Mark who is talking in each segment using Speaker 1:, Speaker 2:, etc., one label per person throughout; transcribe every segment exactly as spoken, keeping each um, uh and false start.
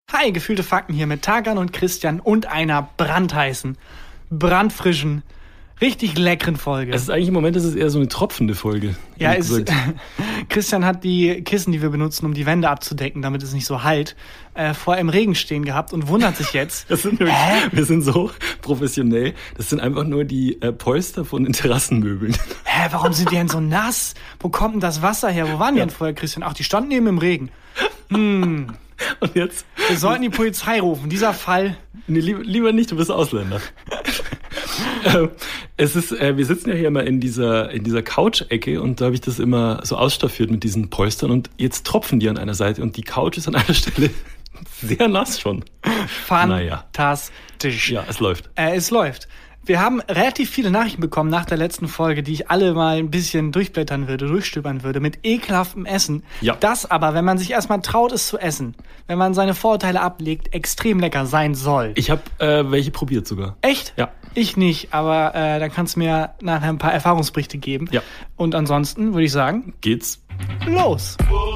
Speaker 1: Hi, gefühlte Fakten hier mit Tarkan und Christian und einer brandheißen, brandfrischen, richtig leckeren Folge.
Speaker 2: Es ist eigentlich im Moment ist es eher so eine tropfende Folge.
Speaker 1: Ja, es, Christian hat die Kissen, die wir benutzen, um die Wände abzudecken, damit es nicht so hallt, äh, vorher im Regen stehen gehabt und wundert sich jetzt.
Speaker 2: Das sind nämlich, wir sind so professionell, das sind einfach nur die äh, Polster von den Terrassenmöbeln.
Speaker 1: Hä, warum sind die denn so nass? Wo kommt denn das Wasser her? Wo waren die
Speaker 2: ja.
Speaker 1: denn vorher, Christian? Ach, die standen eben im Regen. Hm.
Speaker 2: Und jetzt?
Speaker 1: Wir sollten die Polizei rufen. Dieser Fall...
Speaker 2: Nee, lieber, lieber nicht, du bist Ausländer. äh, es ist, äh, wir sitzen ja hier immer in dieser, in dieser Couch-Ecke und da habe ich das immer so ausstaffiert mit diesen Polstern und jetzt tropfen die an einer Seite und die Couch ist an einer Stelle sehr nass schon.
Speaker 1: Fantastisch.
Speaker 2: Naja. Ja, es läuft.
Speaker 1: Äh, es läuft. Wir haben relativ viele Nachrichten bekommen nach der letzten Folge, die ich alle mal ein bisschen durchblättern würde, durchstöbern würde, mit ekelhaftem Essen.
Speaker 2: Ja.
Speaker 1: Das aber, wenn man sich erstmal traut, es zu essen, wenn man seine Vorurteile ablegt, extrem lecker sein soll.
Speaker 2: Ich habe äh, welche probiert sogar.
Speaker 1: Echt?
Speaker 2: Ja.
Speaker 1: Ich nicht, aber äh, dann kannst du mir nachher ein paar Erfahrungsberichte geben.
Speaker 2: Ja.
Speaker 1: Und ansonsten würde ich sagen,
Speaker 2: geht's
Speaker 1: los.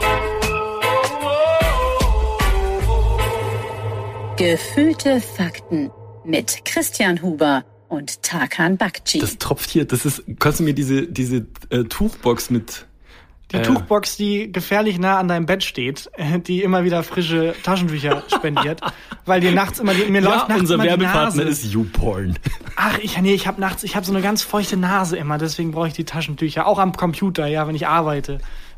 Speaker 3: Gefühlte Fakten mit Christian Huber und Tarkan Bakci.
Speaker 2: Das tropft hier, das ist, kannst du mir diese, diese äh, Tuchbox mit...
Speaker 1: Die äh, Tuchbox, die gefährlich nah an deinem Bett steht, die immer wieder frische Taschentücher spendiert, weil dir nachts immer, die, mir
Speaker 2: ja,
Speaker 1: läuft nachts
Speaker 2: unser
Speaker 1: immer
Speaker 2: Werbepartner
Speaker 1: die Nase.
Speaker 2: ist YouPorn.
Speaker 1: Ach, ich, nee, ich habe nachts, ich habe so eine ganz feuchte Nase immer, deswegen brauche ich die Taschentücher, auch am Computer, ja, wenn ich arbeite.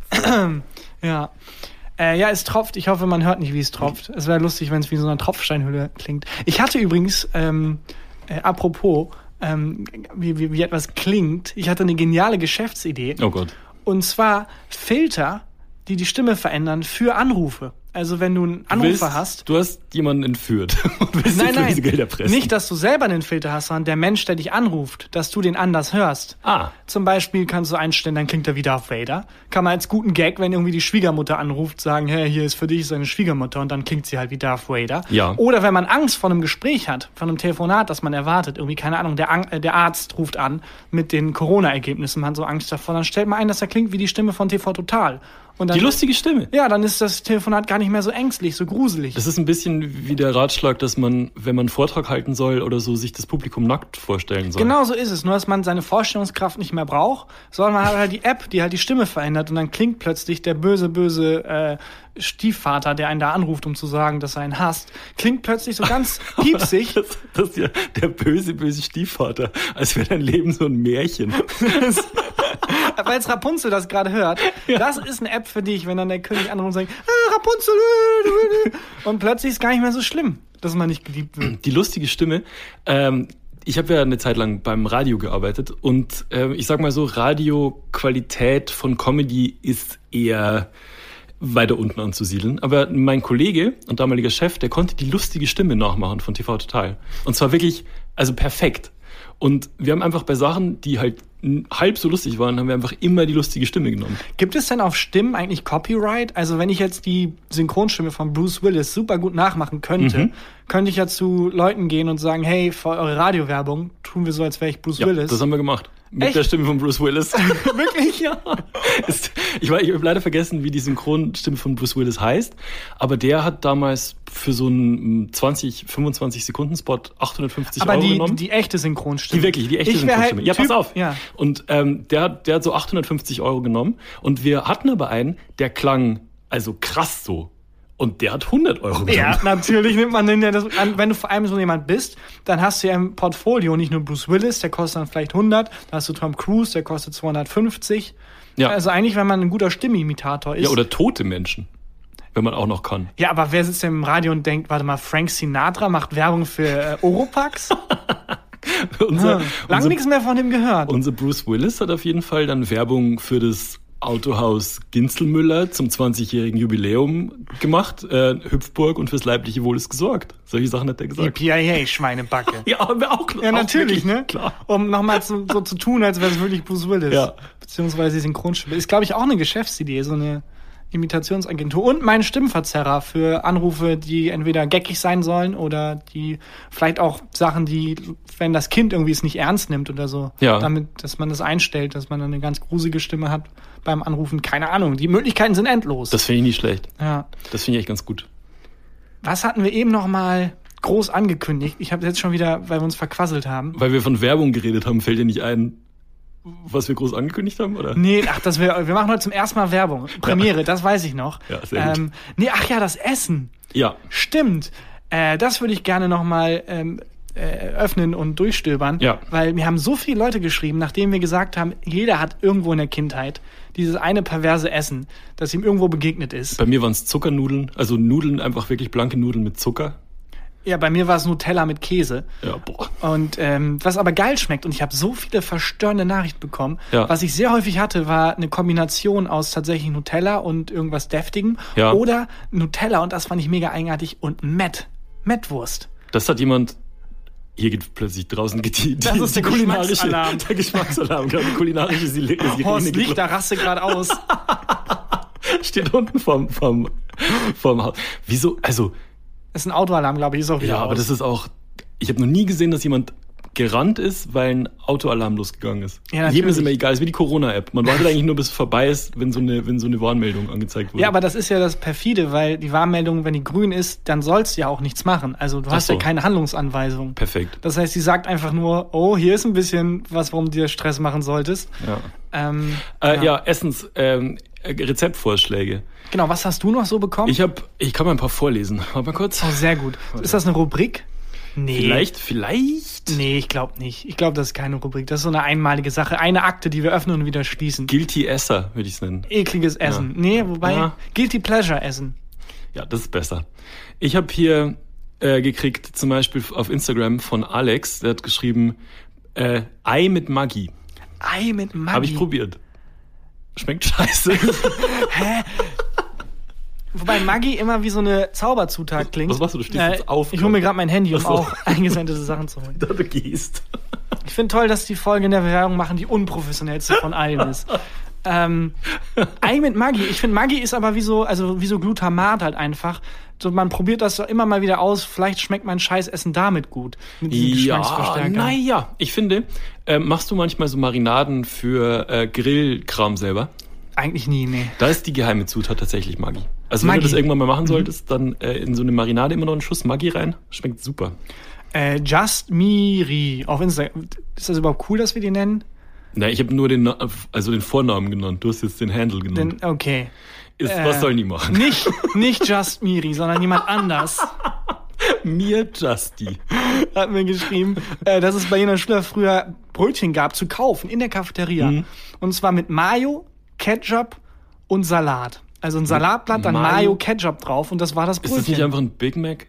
Speaker 1: ja. Äh, ja, es tropft. Ich hoffe, man hört nicht, wie es tropft. Es wäre lustig, wenn es wie so eine Tropfsteinhülle klingt. Ich hatte übrigens, ähm, äh, apropos, ähm, wie, wie, wie etwas klingt, ich hatte eine geniale Geschäftsidee.
Speaker 2: Oh Gott.
Speaker 1: Und zwar Filter, die die Stimme verändern für Anrufe. Also wenn du einen Anrufer
Speaker 2: willst,
Speaker 1: hast...
Speaker 2: Du hast jemanden entführt und willst
Speaker 1: nein, nein,
Speaker 2: diese Gelder pressen.
Speaker 1: Nicht, dass du selber einen Filter hast, sondern der Mensch, der dich anruft, dass du den anders hörst.
Speaker 2: Ah.
Speaker 1: Zum Beispiel kannst du einstellen, dann klingt er wie Darth Vader. Kann man als guten Gag, wenn irgendwie die Schwiegermutter anruft, sagen, hey, hier ist für dich seine Schwiegermutter und dann klingt sie halt wie Darth Vader.
Speaker 2: Ja.
Speaker 1: Oder wenn man Angst vor einem Gespräch hat, von einem Telefonat, das man erwartet, irgendwie, keine Ahnung, der, Ang- äh, der Arzt ruft an mit den Corona-Ergebnissen, man hat so Angst davor, dann stellt man ein, dass er klingt wie die Stimme von T V Total. Und dann,
Speaker 2: die lustige Stimme.
Speaker 1: Ja, dann ist das Telefonat gar nicht mehr so ängstlich, so gruselig.
Speaker 2: Das ist ein bisschen wie der Ratschlag, dass man, wenn man einen Vortrag halten soll oder so, sich das Publikum nackt vorstellen soll.
Speaker 1: Genau so ist es. Nur, dass man seine Vorstellungskraft nicht mehr braucht, sondern man hat halt die App, die halt die Stimme verändert und dann klingt plötzlich der böse, böse äh, Stiefvater, der einen da anruft, um zu sagen, dass er einen hasst, klingt plötzlich so ganz piepsig.
Speaker 2: Das, das ist ja der böse, böse Stiefvater, als wäre dein Leben so ein Märchen.
Speaker 1: Weil Rapunzel das gerade hört, ja. Das ist eine App für dich, wenn dann der König anruft und sagt, ah, Rapunzel, und plötzlich ist es gar nicht mehr so schlimm, dass man nicht geliebt wird.
Speaker 2: Die lustige Stimme, ähm, ich habe ja eine Zeit lang beim Radio gearbeitet und äh, ich sag mal so, Radioqualität von Comedy ist eher weiter unten anzusiedeln. Aber mein Kollege und damaliger Chef, der konnte die lustige Stimme nachmachen von T V Total. Und zwar wirklich, also perfekt. Und wir haben einfach bei Sachen, die halt halb so lustig waren, haben wir einfach immer die lustige Stimme genommen.
Speaker 1: Gibt es denn auf Stimmen eigentlich Copyright? Also wenn ich jetzt die Synchronstimme von Bruce Willis super gut nachmachen könnte, mhm. könnte ich ja zu Leuten gehen und sagen, hey, für eure Radiowerbung tun wir so, als wäre ich Bruce
Speaker 2: ja,
Speaker 1: Willis.
Speaker 2: Das haben wir gemacht. Mit
Speaker 1: Echt?
Speaker 2: Der Stimme von Bruce Willis.
Speaker 1: Wirklich?
Speaker 2: Ja. Ist, ich weiß, ich habe leider vergessen, wie die Synchronstimme von Bruce Willis heißt, aber der hat damals für so einen zwanzig, fünfundzwanzig Sekunden Spot achthundertfünfzig
Speaker 1: aber
Speaker 2: Euro
Speaker 1: die,
Speaker 2: genommen.
Speaker 1: Aber die echte Synchronstimme.
Speaker 2: Die wirklich, die echte
Speaker 1: ich
Speaker 2: Synchronstimme.
Speaker 1: Halt
Speaker 2: ja,
Speaker 1: typ,
Speaker 2: pass auf.
Speaker 1: Ja.
Speaker 2: Und ähm, der, der hat so achthundertfünfzig Euro genommen und wir hatten aber einen, der klang also krass so. Und der hat hundert Euro genommen.
Speaker 1: Ja, natürlich nimmt man den ja das an. Wenn du vor allem so jemand bist, dann hast du ja im Portfolio nicht nur Bruce Willis, der kostet dann vielleicht hundert, da hast du Tom Cruise, der kostet zweihundertfünfzig. Ja. Also eigentlich, wenn man ein guter Stimmimitator ist.
Speaker 2: Ja, oder tote Menschen, wenn man auch noch kann.
Speaker 1: Ja, aber wer sitzt denn im Radio und denkt, warte mal, Frank Sinatra macht Werbung für äh, Oropax?
Speaker 2: unser,
Speaker 1: hm, lang
Speaker 2: unser,
Speaker 1: nichts mehr von dem gehört.
Speaker 2: Unser Bruce Willis hat auf jeden Fall dann Werbung für das Autohaus Ginzelmüller zum zwanzigjährigen Jubiläum gemacht. Äh, Hüpfburg und fürs leibliche Wohl ist gesorgt. Solche Sachen hat er gesagt.
Speaker 1: E P I A, Schweinebacke.
Speaker 2: Ja, haben wir auch klar.
Speaker 1: Ja, natürlich,
Speaker 2: wirklich,
Speaker 1: ne?
Speaker 2: Klar.
Speaker 1: Um nochmal so, so zu tun, als wäre es wirklich Bruce Willis.
Speaker 2: Ja.
Speaker 1: Beziehungsweise die Synchronstimme. Ist, glaube ich, auch eine Geschäftsidee, so eine Imitationsagentur. Und mein Stimmverzerrer für Anrufe, die entweder geckig sein sollen oder die vielleicht auch Sachen, die, wenn das Kind irgendwie es nicht ernst nimmt oder so,
Speaker 2: ja.
Speaker 1: damit, dass man das einstellt, dass man dann eine ganz gruselige Stimme hat beim Anrufen. Keine Ahnung. Die Möglichkeiten sind endlos.
Speaker 2: Das finde ich nicht schlecht.
Speaker 1: Ja.
Speaker 2: Das finde ich echt ganz gut.
Speaker 1: Was hatten wir eben noch mal groß angekündigt? Ich habe jetzt schon wieder, weil wir uns verquasselt haben.
Speaker 2: Weil wir von Werbung geredet haben, fällt dir nicht ein, was wir groß angekündigt haben, oder?
Speaker 1: Nee, ach, das wir, wir machen heute zum ersten Mal Werbung. Premiere, ja. Das weiß ich noch.
Speaker 2: Ja, sehr gut.
Speaker 1: Ähm, nee, ach ja, das Essen.
Speaker 2: Ja.
Speaker 1: Stimmt. Äh, das würde ich gerne noch mal ähm, äh, öffnen und durchstöbern.
Speaker 2: Ja.
Speaker 1: Weil mir haben so viele Leute geschrieben, nachdem wir gesagt haben, jeder hat irgendwo in der Kindheit dieses eine perverse Essen, das ihm irgendwo begegnet ist.
Speaker 2: Bei mir waren es Zuckernudeln, also Nudeln, einfach wirklich blanke Nudeln mit Zucker.
Speaker 1: Ja, bei mir war es Nutella mit Käse.
Speaker 2: Ja, boah.
Speaker 1: Und ähm, was aber geil schmeckt, und ich habe so viele verstörende Nachrichten bekommen,
Speaker 2: ja.
Speaker 1: was ich sehr häufig hatte, war eine Kombination aus tatsächlich Nutella und irgendwas Deftigem.
Speaker 2: Ja.
Speaker 1: Oder Nutella, und das fand ich mega eigenartig, und Mett. Mettwurst.
Speaker 2: Das hat jemand... Hier geht plötzlich draußen die, die,
Speaker 1: das ist der
Speaker 2: die kulinarische,
Speaker 1: Geschmacksalarm.
Speaker 2: Der Geschmacksalarm, gerade die kulinarische Sirene.
Speaker 1: Horst liegt, da raste gerade aus.
Speaker 2: Steht unten vorm, vorm, vorm Haus. Wieso, also...
Speaker 1: Das ist ein Autoalarm, glaube ich, ist auch wieder
Speaker 2: Ja, aber
Speaker 1: aus.
Speaker 2: das ist auch... Ich habe noch nie gesehen, dass jemand gerannt ist, weil ein Autoalarm losgegangen ist.
Speaker 1: Ja,
Speaker 2: jedem ist immer egal, es ist wie die Corona-App. Man wartet eigentlich nur, bis es vorbei ist, wenn so eine, wenn so eine Warnmeldung angezeigt wurde.
Speaker 1: Ja, aber das ist ja das Perfide, weil die Warnmeldung, wenn die grün ist, dann sollst du ja auch nichts machen. Also du
Speaker 2: Ach
Speaker 1: hast
Speaker 2: so.
Speaker 1: ja keine Handlungsanweisung.
Speaker 2: Perfekt.
Speaker 1: Das heißt, sie sagt einfach nur, oh, hier ist ein bisschen was, warum du dir Stress machen solltest.
Speaker 2: Ja,
Speaker 1: Ähm,
Speaker 2: äh,
Speaker 1: ja.
Speaker 2: ja Essens, ähm, Rezeptvorschläge.
Speaker 1: Genau, was hast du noch so bekommen?
Speaker 2: Ich hab, ich kann mal ein paar vorlesen. Warte mal kurz.
Speaker 1: Oh, sehr gut. Ist das eine Rubrik? Nee.
Speaker 2: Vielleicht, vielleicht.
Speaker 1: Nee, ich glaube nicht. Ich glaube, das ist keine Rubrik. Das ist so eine einmalige Sache. Eine Akte, die wir öffnen und wieder schließen.
Speaker 2: Guilty Esser, würde ich es nennen.
Speaker 1: Ekliges Essen.
Speaker 2: Ja.
Speaker 1: Nee, wobei,
Speaker 2: Ja.
Speaker 1: Guilty Pleasure Essen.
Speaker 2: Ja, das ist besser. Ich habe hier äh, gekriegt, zum Beispiel auf Instagram von Alex, der hat geschrieben, äh, Ei mit Maggi.
Speaker 1: Ei mit Maggi.
Speaker 2: Habe ich probiert. Schmeckt scheiße.
Speaker 1: Hä? Wobei Maggi immer wie so eine Zauberzutat klingt.
Speaker 2: Was machst du? Du stehst jetzt auf.
Speaker 1: Ich hole mir gerade mein Handy, um
Speaker 2: Ach so.
Speaker 1: auch eingesendete Sachen zu holen.
Speaker 2: Da du gehst.
Speaker 1: Ich finde toll, dass die Folge in der Werbung machen, die unprofessionellste von allen ist. ähm, Ei mit Maggi. Ich finde, Maggi ist aber wie so, also wie so Glutamat halt einfach. So, man probiert das so immer mal wieder aus. Vielleicht schmeckt mein Scheißessen damit gut. Mit diesen
Speaker 2: Ja,
Speaker 1: Geschmacksverstärkern.
Speaker 2: naja. Ich finde, äh, machst du manchmal so Marinaden für äh, Grillkram selber?
Speaker 1: Eigentlich nie, nee.
Speaker 2: Da ist die geheime Zutat tatsächlich Maggi. Also wenn
Speaker 1: Maggi.
Speaker 2: du das irgendwann mal machen solltest, dann äh, in so eine Marinade immer noch einen Schuss Maggi rein. Schmeckt super.
Speaker 1: Äh, Just Miri auf Instagram. Ist das überhaupt cool, dass wir die nennen?
Speaker 2: Na, ich habe nur den, Na- also den Vornamen genannt. Du hast jetzt den Handle genannt.
Speaker 1: Denn, okay.
Speaker 2: Ist,
Speaker 1: äh,
Speaker 2: was sollen die machen?
Speaker 1: Nicht, nicht Just Miri, sondern jemand anders
Speaker 2: Mir Justy.
Speaker 1: hat mir geschrieben, äh, dass es bei jener Schüler früher Brötchen gab zu kaufen in der Cafeteria.
Speaker 2: Mhm.
Speaker 1: Und zwar mit Mayo, Ketchup und Salat. Also ein Salatblatt, dann
Speaker 2: Mayo?
Speaker 1: Mayo, Ketchup drauf und das war das
Speaker 2: Ist
Speaker 1: Brötchen.
Speaker 2: das nicht einfach ein Big Mac?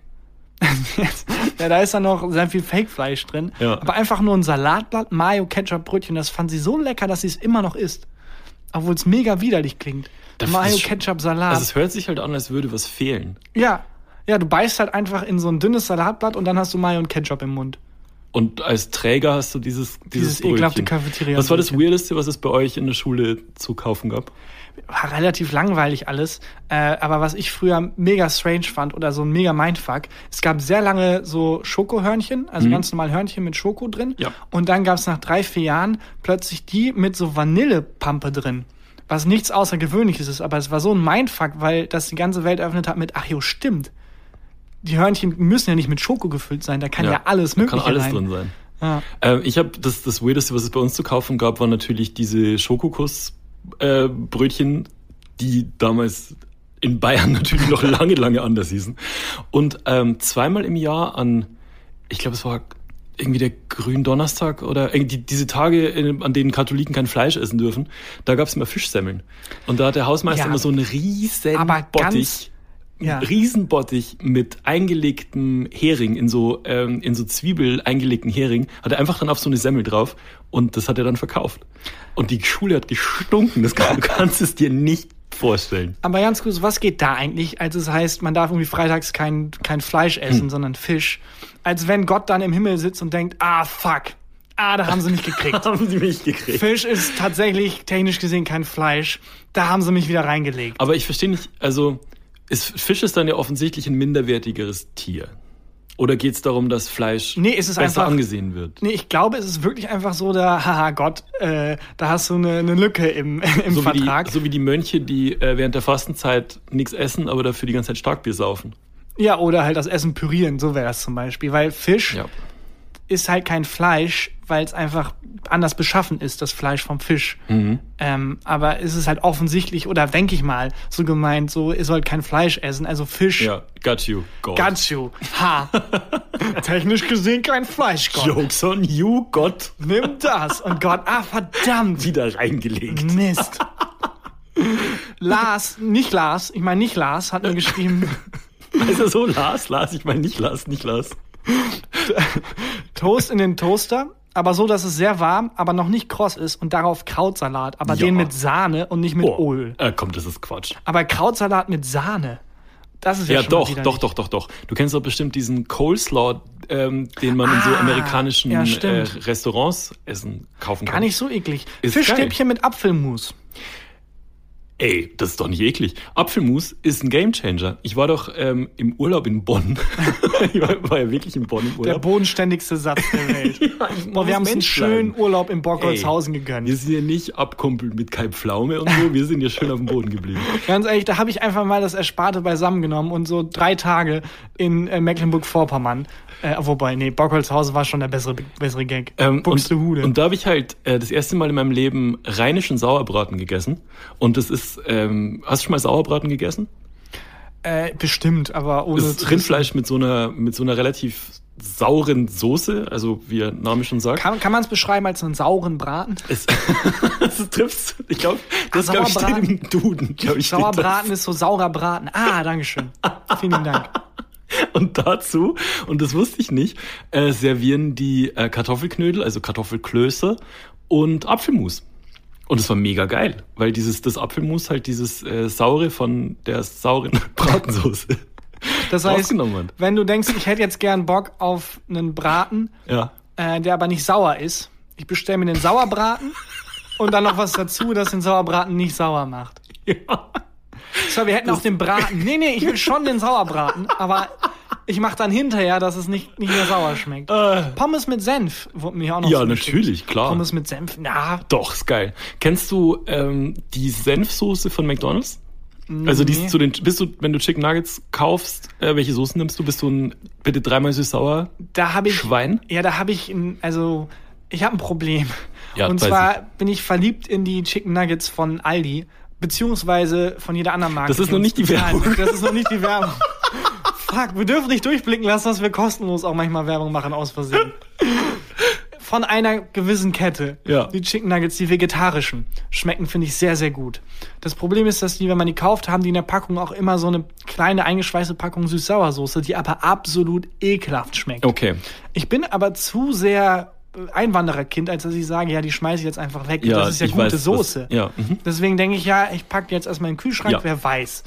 Speaker 1: Ja, da ist dann noch sehr viel Fake-Fleisch drin.
Speaker 2: Ja.
Speaker 1: Aber einfach nur ein Salatblatt, Mayo, Ketchup, Brötchen. Das fand sie so lecker, dass sie es immer noch isst. Obwohl es mega widerlich klingt.
Speaker 2: Das
Speaker 1: Mayo,
Speaker 2: ist-
Speaker 1: Ketchup, Salat.
Speaker 2: Also es hört sich halt an, als würde was fehlen.
Speaker 1: ja. Ja, du beißt halt einfach in so ein dünnes Salatblatt und dann hast du Mayo und Ketchup im Mund.
Speaker 2: Und als Träger hast du dieses dieses,
Speaker 1: Dieses ekelhafte
Speaker 2: Brötchen.
Speaker 1: Cafeteria-
Speaker 2: Was war das
Speaker 1: Brötchen.
Speaker 2: Weirdeste, was es bei euch in der Schule zu kaufen gab?
Speaker 1: War relativ langweilig alles. Äh, aber was ich früher mega strange fand oder so ein mega Mindfuck, es gab sehr lange so Schokohörnchen, also
Speaker 2: Mhm.
Speaker 1: ganz normal Hörnchen mit Schoko drin.
Speaker 2: Ja.
Speaker 1: Und dann gab es nach drei, vier Jahren plötzlich die mit so Vanillepampe drin. Was nichts Außergewöhnliches ist, aber es war so ein Mindfuck, weil das die ganze Welt eröffnet hat mit, ach jo, stimmt. Die Hörnchen müssen ja nicht mit Schoko gefüllt sein, da kann ja, alles
Speaker 2: da
Speaker 1: Mögliche
Speaker 2: kann alles
Speaker 1: rein.
Speaker 2: drin sein.
Speaker 1: Ja.
Speaker 2: Ähm, ich habe das das Weirdeste, was es bei uns zu kaufen gab, war natürlich diese Schokokuss äh, Brötchen, die damals in Bayern natürlich noch lange, lange anders hießen. Und ähm, zweimal im Jahr an, ich glaube, es war irgendwie der Gründonnerstag oder irgendwie diese Tage, in- an denen Katholiken kein Fleisch essen dürfen, da gab es immer Fischsemmeln. Und da hat der Hausmeister
Speaker 1: Ja,
Speaker 2: immer so einen riesen
Speaker 1: aber ganz-
Speaker 2: Bottich,
Speaker 1: ja.
Speaker 2: einen Riesenbottich mit eingelegtem Hering, in so ähm, in so Zwiebel eingelegten Hering, hat er einfach dann auf so eine Semmel drauf und das hat er dann verkauft. Und die Schule hat gestunken, das kann, du kannst es dir nicht vorstellen.
Speaker 1: Aber ganz kurz, was geht da eigentlich, als es heißt, man darf irgendwie freitags kein, kein Fleisch essen,
Speaker 2: Hm.
Speaker 1: sondern Fisch? Als wenn Gott dann im Himmel sitzt und denkt, ah, fuck, ah, da haben sie mich gekriegt.
Speaker 2: Haben sie mich gekriegt.
Speaker 1: Fisch ist tatsächlich technisch gesehen kein Fleisch. Da haben sie mich wieder reingelegt.
Speaker 2: Aber ich verstehe nicht, also ist, Fisch ist dann ja offensichtlich ein minderwertigeres Tier. Oder geht es darum, dass Fleisch
Speaker 1: Nee, es ist
Speaker 2: besser
Speaker 1: einfach-
Speaker 2: angesehen wird?
Speaker 1: Nee, ich glaube, es ist wirklich einfach so, da, haha, Gott, äh, da hast du eine, eine Lücke im, im
Speaker 2: So wie, die,
Speaker 1: Vertrag.
Speaker 2: so wie die Mönche, die äh, während der Fastenzeit nichts essen, aber dafür die ganze Zeit Starkbier saufen.
Speaker 1: Ja, oder halt das Essen pürieren, so wäre das zum Beispiel. Weil Fisch
Speaker 2: Ja.
Speaker 1: ist halt kein Fleisch, weil es einfach anders beschaffen ist, das Fleisch vom Fisch.
Speaker 2: Mhm.
Speaker 1: Ähm, aber es ist halt offensichtlich, oder denke ich mal, so gemeint, so, ihr sollt kein Fleisch essen, also Fisch.
Speaker 2: Ja, got you. God.
Speaker 1: Got you. Ha. Technisch gesehen kein Fleisch, Gott.
Speaker 2: Jokes on you, Gott.
Speaker 1: Nimm das. Und Gott, ah, verdammt.
Speaker 2: Wieder reingelegt.
Speaker 1: Mist. Lars, nicht Lars, ich meine nicht Lars, hat mir geschrieben,
Speaker 2: Also so, Lars, Lars, ich meine nicht Lars, nicht Lars.
Speaker 1: Toast in den Toaster, aber so, dass es sehr warm, aber noch nicht kross ist und darauf Krautsalat, aber
Speaker 2: Ja.
Speaker 1: den mit Sahne und nicht mit
Speaker 2: Oh,
Speaker 1: Öl.
Speaker 2: äh, komm, das ist Quatsch.
Speaker 1: Aber Krautsalat mit Sahne, das ist ja,
Speaker 2: Ja,
Speaker 1: schon mal
Speaker 2: doch,
Speaker 1: wieder
Speaker 2: doch,
Speaker 1: nicht.
Speaker 2: doch, doch, doch. Du kennst doch bestimmt diesen Coleslaw, ähm, den man in so
Speaker 1: Ah,
Speaker 2: amerikanischen
Speaker 1: ja,
Speaker 2: äh,
Speaker 1: stimmt.
Speaker 2: Restaurants essen kaufen kann.
Speaker 1: Gar nicht so eklig.
Speaker 2: Ist
Speaker 1: Fischstäbchen mit Apfelmus.
Speaker 2: Ey, das ist doch nicht eklig. Apfelmus ist ein Gamechanger. Ich war doch ähm, im Urlaub in Bonn. ich war, war ja wirklich in Bonn im
Speaker 1: Der
Speaker 2: Urlaub.
Speaker 1: bodenständigste Satz der Welt.
Speaker 2: Ja, ich
Speaker 1: Boah,
Speaker 2: muss
Speaker 1: wir haben uns einen
Speaker 2: Mensch
Speaker 1: schönen
Speaker 2: bleiben.
Speaker 1: Urlaub in Borkholzhausen
Speaker 2: Ey,
Speaker 1: gegönnt.
Speaker 2: Wir sind ja nicht abkumpelt mit Kai Pflaume und so. Wir sind ja schön auf dem Boden geblieben.
Speaker 1: Ganz ehrlich, da habe ich einfach mal das Ersparte beisammengenommen und so drei Tage in äh, Mecklenburg-Vorpommern. Äh, wobei, nee, Borkholzhausen war schon der bessere, bessere Gag.
Speaker 2: Ähm, und,
Speaker 1: Buxtehude.
Speaker 2: und da habe ich halt äh, das erste Mal in meinem Leben rheinischen Sauerbraten gegessen. Und das ist, ähm, hast du schon mal Sauerbraten gegessen?
Speaker 1: äh, bestimmt, aber ohne
Speaker 2: Das ist Rindfleisch mit so einer, mit so einer relativ sauren Soße, also wie der Name schon sagt.
Speaker 1: Kann, kann man es beschreiben als einen sauren Braten?
Speaker 2: Es, das trifft's. Ich glaube, das
Speaker 1: Ah,
Speaker 2: glaub ich, steht
Speaker 1: Sauerbraten.
Speaker 2: im Duden. Glaub ich, steht
Speaker 1: Sauerbraten ist so saurer Braten. Ah, dankeschön. Vielen Dank.
Speaker 2: das. Und dazu, und das wusste ich nicht, äh, servieren die äh, Kartoffelknödel, also Kartoffelklöße und Apfelmus. Und es war mega geil, weil dieses das Apfelmus halt dieses äh, saure von der sauren Bratensoße
Speaker 1: Das heißt,
Speaker 2: rausgenommen hat.
Speaker 1: wenn du denkst, ich hätte jetzt gern Bock auf einen Braten,
Speaker 2: Ja.
Speaker 1: äh, der aber nicht sauer ist, ich bestelle mir den Sauerbraten und dann noch was dazu, das den Sauerbraten nicht sauer macht.
Speaker 2: Ja.
Speaker 1: So, wir hätten auch den Braten. Nee, nee, ich will schon den Sauerbraten, aber ich mache dann hinterher, dass es nicht, nicht mehr sauer schmeckt.
Speaker 2: Äh.
Speaker 1: Pommes mit Senf wurde mir auch noch
Speaker 2: Ja,
Speaker 1: zugeschickt.
Speaker 2: natürlich, klar.
Speaker 1: Pommes mit Senf, na,
Speaker 2: Doch, ist geil. Kennst du ähm, die Senfsoße von McDonald's? Also die
Speaker 1: Nee.
Speaker 2: ist zu den, bist du, wenn du Chicken Nuggets kaufst, äh, welche Soßen nimmst du? Bist du ein bitte dreimal süß sauer
Speaker 1: da habe ich
Speaker 2: Schwein?
Speaker 1: Ja, da habe ich ein, also ich habe ein Problem.
Speaker 2: Ja,
Speaker 1: Und
Speaker 2: weiß
Speaker 1: zwar bin ich verliebt in die Chicken Nuggets von Aldi, beziehungsweise von jeder anderen Marke.
Speaker 2: Das ist noch
Speaker 1: uns
Speaker 2: nicht die
Speaker 1: bezahlen.
Speaker 2: Werbung.
Speaker 1: Das ist noch nicht die Werbung. Fuck, wir dürfen nicht durchblicken lassen, dass wir kostenlos auch manchmal Werbung machen aus Versehen. Von einer gewissen Kette.
Speaker 2: Ja.
Speaker 1: Die Chicken Nuggets, die vegetarischen, schmecken, finde ich, sehr, sehr gut. Das Problem ist, dass die, wenn man die kauft, haben die in der Packung auch immer so eine kleine eingeschweißte Packung Süß-Sauersoße, die aber absolut ekelhaft schmeckt.
Speaker 2: Okay.
Speaker 1: Ich bin aber zu sehr Einwandererkind, als dass ich sage, ja, die schmeiße ich jetzt einfach weg.
Speaker 2: Ja,
Speaker 1: das ist ja
Speaker 2: ich
Speaker 1: gute
Speaker 2: weiß,
Speaker 1: Soße.
Speaker 2: was- ja, mhm.
Speaker 1: Deswegen denke ich, ja, ich packe jetzt erstmal in den Kühlschrank,
Speaker 2: Ja.
Speaker 1: wer weiß.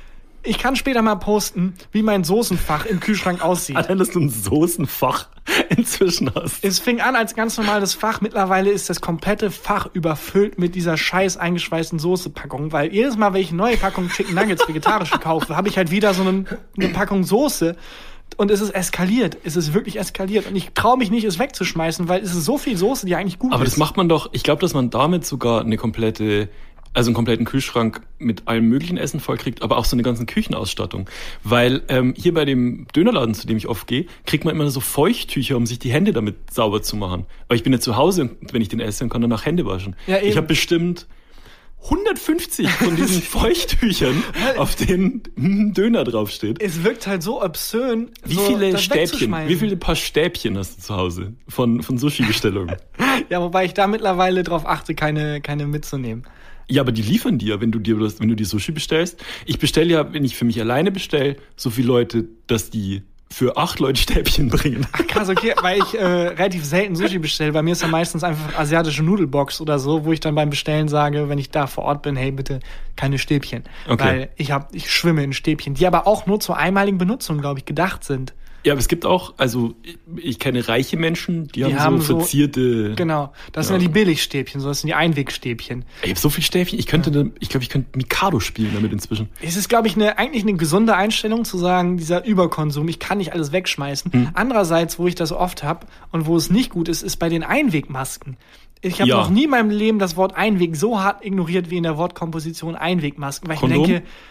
Speaker 1: Ich kann später mal posten, wie mein Soßenfach im Kühlschrank aussieht.
Speaker 2: Allein, dass du ein Soßenfach inzwischen hast.
Speaker 1: Es fing an als ganz normales Fach. Mittlerweile ist das komplette Fach überfüllt mit dieser scheiß eingeschweißten Soße-Packung, weil jedes Mal, wenn ich eine neue Packung Chicken Nuggets vegetarische kaufe, habe ich halt wieder so eine, eine Packung Soße. Und es ist eskaliert. Es ist wirklich eskaliert. Und ich traue mich nicht, es wegzuschmeißen, weil es ist so viel Soße, die eigentlich gut
Speaker 2: Aber
Speaker 1: ist.
Speaker 2: das macht man doch, ich glaube, dass man damit sogar eine komplette, also einen kompletten Kühlschrank mit allem möglichen Essen vollkriegt, aber auch so eine ganze Küchenausstattung. Weil ähm, hier bei dem Dönerladen, zu dem ich oft gehe, kriegt man immer so Feuchttücher, um sich die Hände damit sauber zu machen. Aber ich bin ja zu Hause, und wenn ich den esse, und kann danach Hände waschen.
Speaker 1: Ja, eben.
Speaker 2: Ich habe bestimmt hundertfünfzig von diesen Feuchttüchern, auf denen ein Döner draufsteht.
Speaker 1: Es wirkt halt so obszön,
Speaker 2: Wie
Speaker 1: so
Speaker 2: viele
Speaker 1: das
Speaker 2: Stäbchen,
Speaker 1: wegzuschmeißen.
Speaker 2: wie viele Paar Stäbchen hast du zu Hause von, von Sushi-Bestellungen?
Speaker 1: Ja, wobei ich da mittlerweile drauf achte, keine, keine mitzunehmen.
Speaker 2: Ja, aber die liefern dir, wenn du dir das, wenn du dir Sushi bestellst. Ich bestelle ja, wenn ich für mich alleine bestelle, so viele Leute, dass die für acht Leute Stäbchen bringen.
Speaker 1: Ach krass, okay, weil ich äh, relativ selten Sushi bestelle. Bei mir ist ja meistens einfach asiatische Nudelbox oder so, wo ich dann beim Bestellen sage, wenn ich da vor Ort bin, hey, bitte keine Stäbchen.
Speaker 2: Okay.
Speaker 1: Weil ich hab, ich schwimme in Stäbchen, die aber auch nur zur einmaligen Benutzung, glaube ich, gedacht sind.
Speaker 2: Ja, aber es gibt auch, also ich, ich kenne reiche Menschen, die, haben,
Speaker 1: haben
Speaker 2: so
Speaker 1: so-
Speaker 2: verzierte.
Speaker 1: Genau, das
Speaker 2: Ja.
Speaker 1: sind ja die Billigstäbchen, so das sind die Einwegstäbchen.
Speaker 2: Ich habe so viel Stäbchen, ich könnte, da- ich glaube, ich könnte Mikado spielen damit inzwischen.
Speaker 1: Es ist, glaube ich, eine, eigentlich eine gesunde Einstellung zu sagen, dieser Überkonsum, ich kann nicht alles wegschmeißen.
Speaker 2: Hm.
Speaker 1: Andererseits, wo ich das oft hab und wo es nicht gut ist, ist bei den Einwegmasken. Ich habe
Speaker 2: Ja.
Speaker 1: noch nie in meinem Leben das Wort Einweg so hart ignoriert wie in der Wortkomposition Einwegmasken, weil ich mir
Speaker 2: Kondom?
Speaker 1: denke,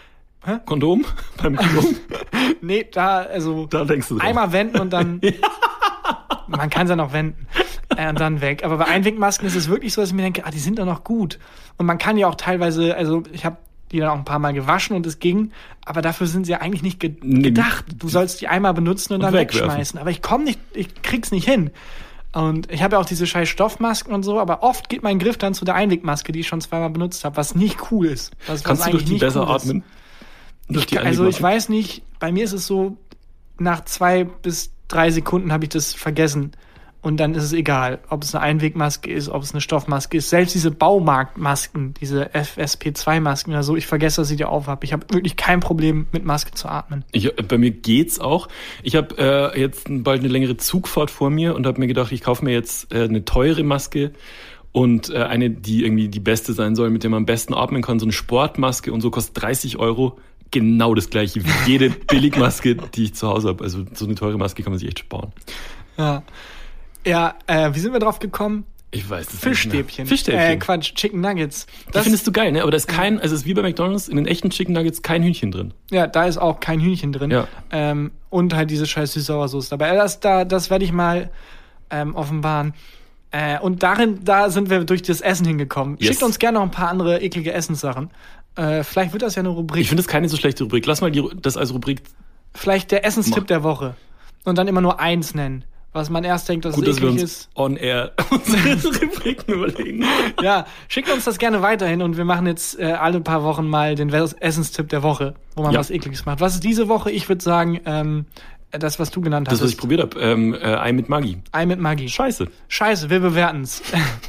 Speaker 1: Hä?
Speaker 2: Kondom? Beim Kondom?
Speaker 1: Nee, da, also
Speaker 2: Da denkst du dran.
Speaker 1: einmal wenden und dann, man kann es ja noch wenden äh, und dann weg. Aber bei Einwegmasken ist es wirklich so, dass ich mir denke, ah, die sind doch noch gut. Und man kann ja auch teilweise, also ich habe die dann auch ein paar Mal gewaschen und es ging, aber dafür sind sie ja eigentlich nicht ge- gedacht. Du sollst die einmal benutzen und, und dann wegwerfen. Wegschmeißen. Aber ich komme nicht, ich krieg's nicht hin. Und ich habe ja auch diese scheiß Stoffmasken und so, aber oft geht mein Griff dann zu der Einwegmaske, die ich schon zweimal benutzt habe, was nicht cool ist. Was,
Speaker 2: Kannst
Speaker 1: was
Speaker 2: du durch die besser
Speaker 1: cool
Speaker 2: atmen?
Speaker 1: Ich, die also ich weiß nicht, bei mir ist es so, nach zwei bis drei Sekunden habe ich das vergessen. Und dann ist es egal, ob es eine Einwegmaske ist, ob es eine Stoffmaske ist. Selbst diese Baumarktmasken, diese F S P zwei Masken oder so, ich vergesse, dass ich die auf habe. Ich habe wirklich kein Problem, mit Maske zu atmen.
Speaker 2: Ich, bei mir geht's auch. Ich habe äh, jetzt bald eine längere Zugfahrt vor mir und habe mir gedacht, ich kaufe mir jetzt äh, eine teure Maske und äh, eine, die irgendwie die beste sein soll, mit der man am besten atmen kann. So eine Sportmaske und so kostet dreißig Euro. Genau das gleiche wie jede Billigmaske, die ich zu Hause habe. Also so eine teure Maske kann man sich echt sparen.
Speaker 1: Ja. Ja, äh, wie sind wir drauf gekommen?
Speaker 2: Ich weiß es
Speaker 1: Fischstäbchen.
Speaker 2: nicht. Fischstäbchen.
Speaker 1: Äh, Quatsch, Chicken Nuggets.
Speaker 2: Das findest du geil, ne? Aber da ist kein, also es ist wie bei McDonald's, in den echten Chicken Nuggets kein Hühnchen drin.
Speaker 1: Ja, da ist auch kein Hühnchen drin.
Speaker 2: Ja.
Speaker 1: Ähm, und halt diese scheiß Süß-Sauersoße dabei. Das, da, das werde ich mal ähm, offenbaren. Äh, und darin, da sind wir durch das Essen hingekommen.
Speaker 2: Yes.
Speaker 1: Schickt uns gerne noch ein paar andere eklige Essenssachen. Äh, vielleicht wird das ja eine Rubrik.
Speaker 2: Ich finde das keine so schlechte Rubrik. Lass mal die, das als Rubrik.
Speaker 1: Vielleicht der Essenstipp
Speaker 2: Mach.
Speaker 1: der Woche. Und dann immer nur eins nennen. Was man erst denkt, dass
Speaker 2: Gut,
Speaker 1: es
Speaker 2: dass wir
Speaker 1: eklig
Speaker 2: uns
Speaker 1: ist.
Speaker 2: on air unsere Rubriken überlegen.
Speaker 1: Ja, schickt uns das gerne weiterhin und wir machen jetzt äh, alle paar Wochen mal den Essenstipp der Woche, wo man
Speaker 2: Ja.
Speaker 1: was Ekliges macht. Was ist diese Woche? Ich würde sagen, ähm, das, was du genannt hast.
Speaker 2: Das, was ich probiert habe. Ähm, äh, Ei mit Maggi.
Speaker 1: Ei mit Maggi.
Speaker 2: Scheiße.
Speaker 1: Scheiße, wir bewerten's.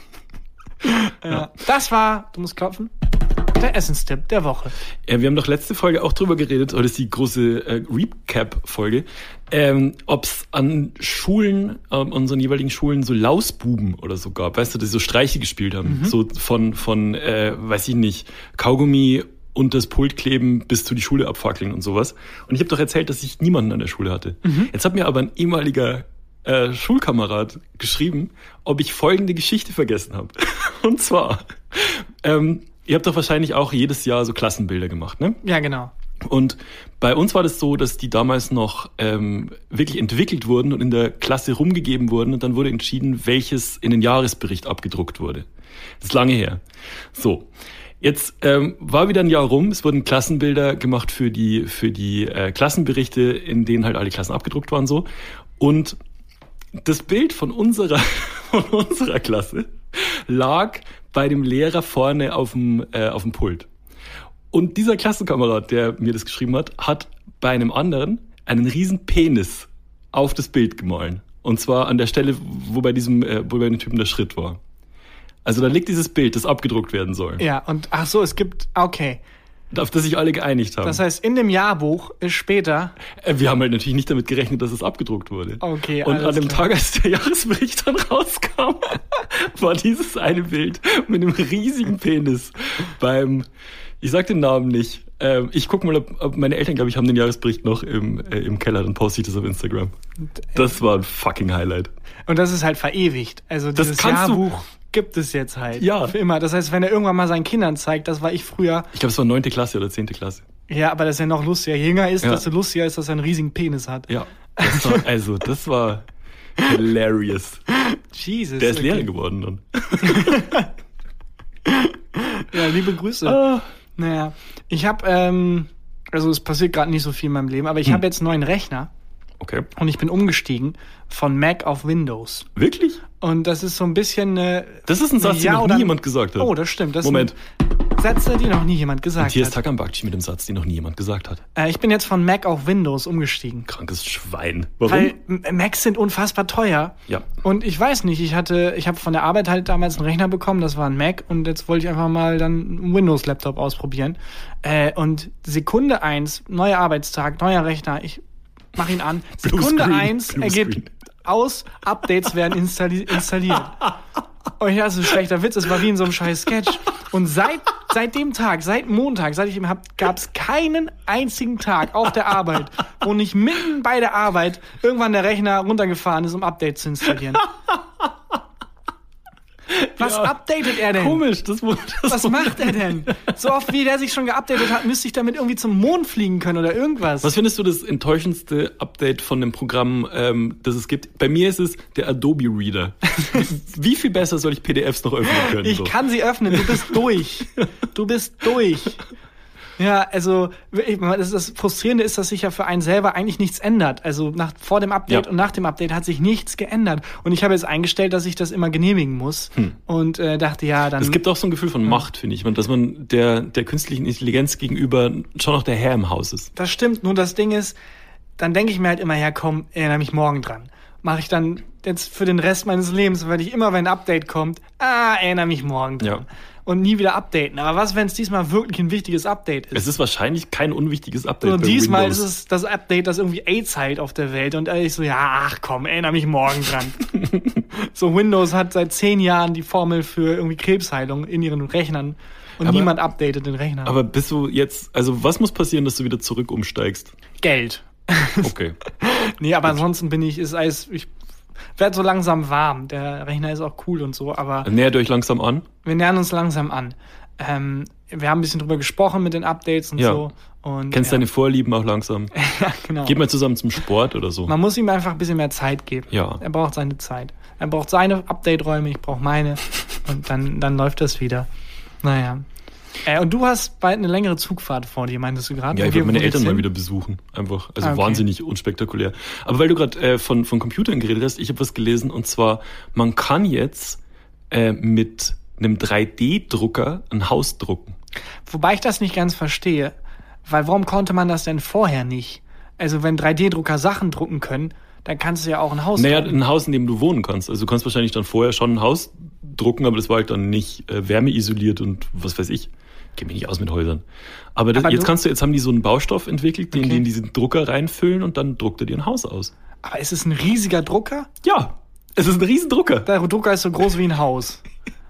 Speaker 1: ja. Das war, du musst klopfen, der Essenstipp der Woche.
Speaker 2: Äh, wir haben doch letzte Folge auch drüber geredet, heute ist die große äh, Recap-Folge, ähm, ob es an Schulen, ähm, unseren jeweiligen Schulen so Lausbuben oder so gab, weißt du, die so Streiche gespielt haben,
Speaker 1: Mhm.
Speaker 2: so von, von äh, weiß ich nicht, Kaugummi und das Pult kleben bis zu die Schule abfackeln und sowas. Und ich habe doch erzählt, dass ich niemanden an der Schule hatte.
Speaker 1: Mhm.
Speaker 2: Jetzt hat mir aber ein ehemaliger äh, Schulkamerad geschrieben, ob ich folgende Geschichte vergessen habe. Und zwar, ähm, ihr habt doch wahrscheinlich auch jedes Jahr so Klassenbilder gemacht, ne?
Speaker 1: Ja, genau.
Speaker 2: Und bei uns war das so, dass die damals noch ähm, wirklich entwickelt wurden und in der Klasse rumgegeben wurden und dann wurde entschieden, welches in den Jahresbericht abgedruckt wurde. Das ist lange her. So, jetzt ähm, war wieder ein Jahr rum, es wurden Klassenbilder gemacht für die für die äh, Klassenberichte, in denen halt alle Klassen abgedruckt waren so. Und das Bild von unserer von unserer Klasse lag bei dem Lehrer vorne auf dem äh, auf dem Pult. Und dieser Klassenkamerad, der mir das geschrieben hat, hat bei einem anderen einen riesen Penis auf das Bild gemahlen. Und zwar an der Stelle, wo bei diesem, äh, wo bei dem Typen der Schritt war. Also da liegt dieses Bild, das abgedruckt werden soll.
Speaker 1: Ja, und ach so, es gibt, okay.
Speaker 2: Auf das sich alle geeinigt haben.
Speaker 1: Das heißt, in dem Jahrbuch ist später.
Speaker 2: Äh, wir haben halt natürlich nicht damit gerechnet, dass es abgedruckt wurde.
Speaker 1: Okay,
Speaker 2: Und an
Speaker 1: alles
Speaker 2: dem
Speaker 1: klar.
Speaker 2: Tag, als der Jahresbericht dann rauskam, war dieses eine Bild mit einem riesigen Penis beim, ich sag den Namen nicht. Ähm, ich guck mal, ob, ob meine Eltern, glaube ich, haben den Jahresbericht noch im, äh, im Keller, dann poste ich das auf Instagram. Das war ein fucking Highlight.
Speaker 1: Und das ist halt verewigt. Also
Speaker 2: Das
Speaker 1: dieses
Speaker 2: kannst du-
Speaker 1: Jahrbuch gibt es jetzt halt.
Speaker 2: Ja.
Speaker 1: Für immer. Das heißt, wenn er irgendwann mal seinen Kindern zeigt, das war ich früher.
Speaker 2: Ich glaube, es war neunte Klasse oder zehnte Klasse.
Speaker 1: Ja, aber das ist ja noch lustiger. Je jünger ist,
Speaker 2: Ja.
Speaker 1: desto lustiger ist, dass er einen riesigen Penis hat.
Speaker 2: Ja. Das war, also, das war hilarious.
Speaker 1: Jesus.
Speaker 2: Der ist
Speaker 1: okay.
Speaker 2: Lehrer geworden dann.
Speaker 1: Ja, liebe Grüße.
Speaker 2: Ah.
Speaker 1: Naja, ich habe, ähm, also es passiert gerade nicht so viel in meinem Leben, aber ich
Speaker 2: Hm.
Speaker 1: habe jetzt einen neuen Rechner
Speaker 2: Okay.
Speaker 1: und ich bin umgestiegen von Mac auf Windows.
Speaker 2: Wirklich?
Speaker 1: Und das ist so ein bisschen eine...
Speaker 2: Das ist ein Satz,
Speaker 1: Ja
Speaker 2: den noch
Speaker 1: oder-
Speaker 2: nie jemand gesagt hat.
Speaker 1: Oh, das stimmt. Das
Speaker 2: Moment.
Speaker 1: sind Sätze, die noch nie jemand gesagt
Speaker 2: Und hier ist
Speaker 1: hat.
Speaker 2: Takan Bakci mit dem Satz, den noch nie jemand gesagt hat.
Speaker 1: Äh, ich bin jetzt von Mac auf Windows umgestiegen.
Speaker 2: Krankes Schwein. Warum?
Speaker 1: Weil M- Macs sind unfassbar teuer.
Speaker 2: Ja.
Speaker 1: Und ich weiß nicht, ich hatte, ich habe von der Arbeit halt damals einen Rechner bekommen, das war ein Mac und jetzt wollte ich einfach mal dann einen Windows-Laptop ausprobieren. Äh, und Sekunde eins, neuer Arbeitstag, neuer Rechner, ich mach ihn an.
Speaker 2: Blue
Speaker 1: Sekunde
Speaker 2: Screen,
Speaker 1: eins,
Speaker 2: Blue
Speaker 1: er gibt
Speaker 2: Screen.
Speaker 1: aus, Updates werden installi installiert. Und ja, das ist ein schlechter Witz, es war wie in so einem scheiß Sketch. Und seit, seit dem Tag, seit Montag, seit ich ihn hab, gab es keinen einzigen Tag auf der Arbeit, wo nicht mitten bei der Arbeit irgendwann der Rechner runtergefahren ist, um Updates zu installieren. Was
Speaker 2: Ja.
Speaker 1: updatet er denn?
Speaker 2: Komisch, das, das
Speaker 1: Was macht er denn? So oft wie der sich schon geupdatet hat, müsste ich damit irgendwie zum Mond fliegen können oder irgendwas.
Speaker 2: Was findest du das enttäuschendste Update von dem Programm, ähm, das es gibt? Bei mir ist es der Adobe Reader. Wie viel besser soll ich P D Fs noch öffnen können?
Speaker 1: Ich
Speaker 2: so?
Speaker 1: kann sie öffnen, du bist durch. Du bist durch. Ja, also ich- das, das Frustrierende ist, dass sich ja für einen selber eigentlich nichts ändert. Also nach, vor dem Update
Speaker 2: Ja.
Speaker 1: und nach dem Update hat sich nichts geändert. Und ich habe jetzt eingestellt, dass ich das immer genehmigen muss.
Speaker 2: Hm.
Speaker 1: Und äh, dachte, ja, dann...
Speaker 2: Es gibt auch so ein Gefühl von Macht, finde ich, dass man der, der künstlichen Intelligenz gegenüber schon noch der Herr im Haus ist.
Speaker 1: Das stimmt, nur das Ding ist, dann denke ich mir halt immer, ja komm, erinnere mich morgen dran. Mache ich dann jetzt für den Rest meines Lebens, weil ich immer, wenn ein Update kommt, ah, erinnere mich morgen dran.
Speaker 2: Ja.
Speaker 1: Und nie wieder updaten. Aber was, wenn es diesmal wirklich ein wichtiges Update ist?
Speaker 2: Es ist wahrscheinlich kein unwichtiges Update
Speaker 1: Und
Speaker 2: bei
Speaker 1: diesmal
Speaker 2: Windows.
Speaker 1: ist es das Update, das irgendwie AIDS heilt auf der Welt. Und ich so, ja, ach komm, erinnere mich morgen dran. So, Windows hat seit zehn Jahren die Formel für irgendwie Krebsheilung in ihren Rechnern. Und
Speaker 2: Aber-
Speaker 1: niemand updatet den Rechner.
Speaker 2: Aber bist du jetzt, also was muss passieren, dass du wieder zurück umsteigst?
Speaker 1: Geld.
Speaker 2: Okay.
Speaker 1: Nee, aber ansonsten bin ich, ist alles, ich werde so langsam warm. Der Rechner ist auch cool und so, aber
Speaker 2: Nähert euch langsam an.
Speaker 1: wir nähern uns langsam an. Ähm, wir haben ein bisschen drüber gesprochen mit den Updates und
Speaker 2: Ja.
Speaker 1: so. Und,
Speaker 2: Kennst
Speaker 1: ja.
Speaker 2: deine Vorlieben auch langsam.
Speaker 1: Ja, genau.
Speaker 2: Geht mal zusammen zum Sport oder so.
Speaker 1: Man muss ihm einfach ein bisschen mehr Zeit geben.
Speaker 2: Ja.
Speaker 1: Er braucht seine Zeit. Er braucht seine Update-Räume, ich brauche meine. Und dann, dann läuft das wieder. Naja. Äh, und du hast bald eine längere Zugfahrt vor dir, meintest du gerade?
Speaker 2: Ja, ich
Speaker 1: Wo-
Speaker 2: werde meine
Speaker 1: wo geht's
Speaker 2: Eltern mal
Speaker 1: hin?
Speaker 2: wieder besuchen. Einfach. Also
Speaker 1: Ah, okay.
Speaker 2: wahnsinnig unspektakulär. Aber weil du gerade äh, von, von Computern geredet hast, ich habe was gelesen und zwar, man kann jetzt äh, mit einem drei D-Drucker ein Haus drucken.
Speaker 1: Wobei ich das nicht ganz verstehe. Weil warum konnte man das denn vorher nicht? Also wenn drei D-Drucker Sachen drucken können, dann kannst du ja auch ein Haus
Speaker 2: Naja,
Speaker 1: drucken.
Speaker 2: ein Haus, in dem du wohnen kannst. Also du kannst wahrscheinlich dann vorher schon ein Haus drucken, aber das war halt dann nicht äh, wärmeisoliert und was weiß ich. Ich kenne mich nicht aus mit Häusern. Aber, das,
Speaker 1: Aber
Speaker 2: jetzt
Speaker 1: du-
Speaker 2: kannst du, jetzt haben die so einen Baustoff entwickelt, den
Speaker 1: Okay.
Speaker 2: die in diesen Drucker reinfüllen und dann druckt er dir ein Haus aus.
Speaker 1: Aber ist es ein riesiger Drucker?
Speaker 2: Ja, es ist ein Riesendrucker.
Speaker 1: Der Drucker ist so groß wie ein Haus.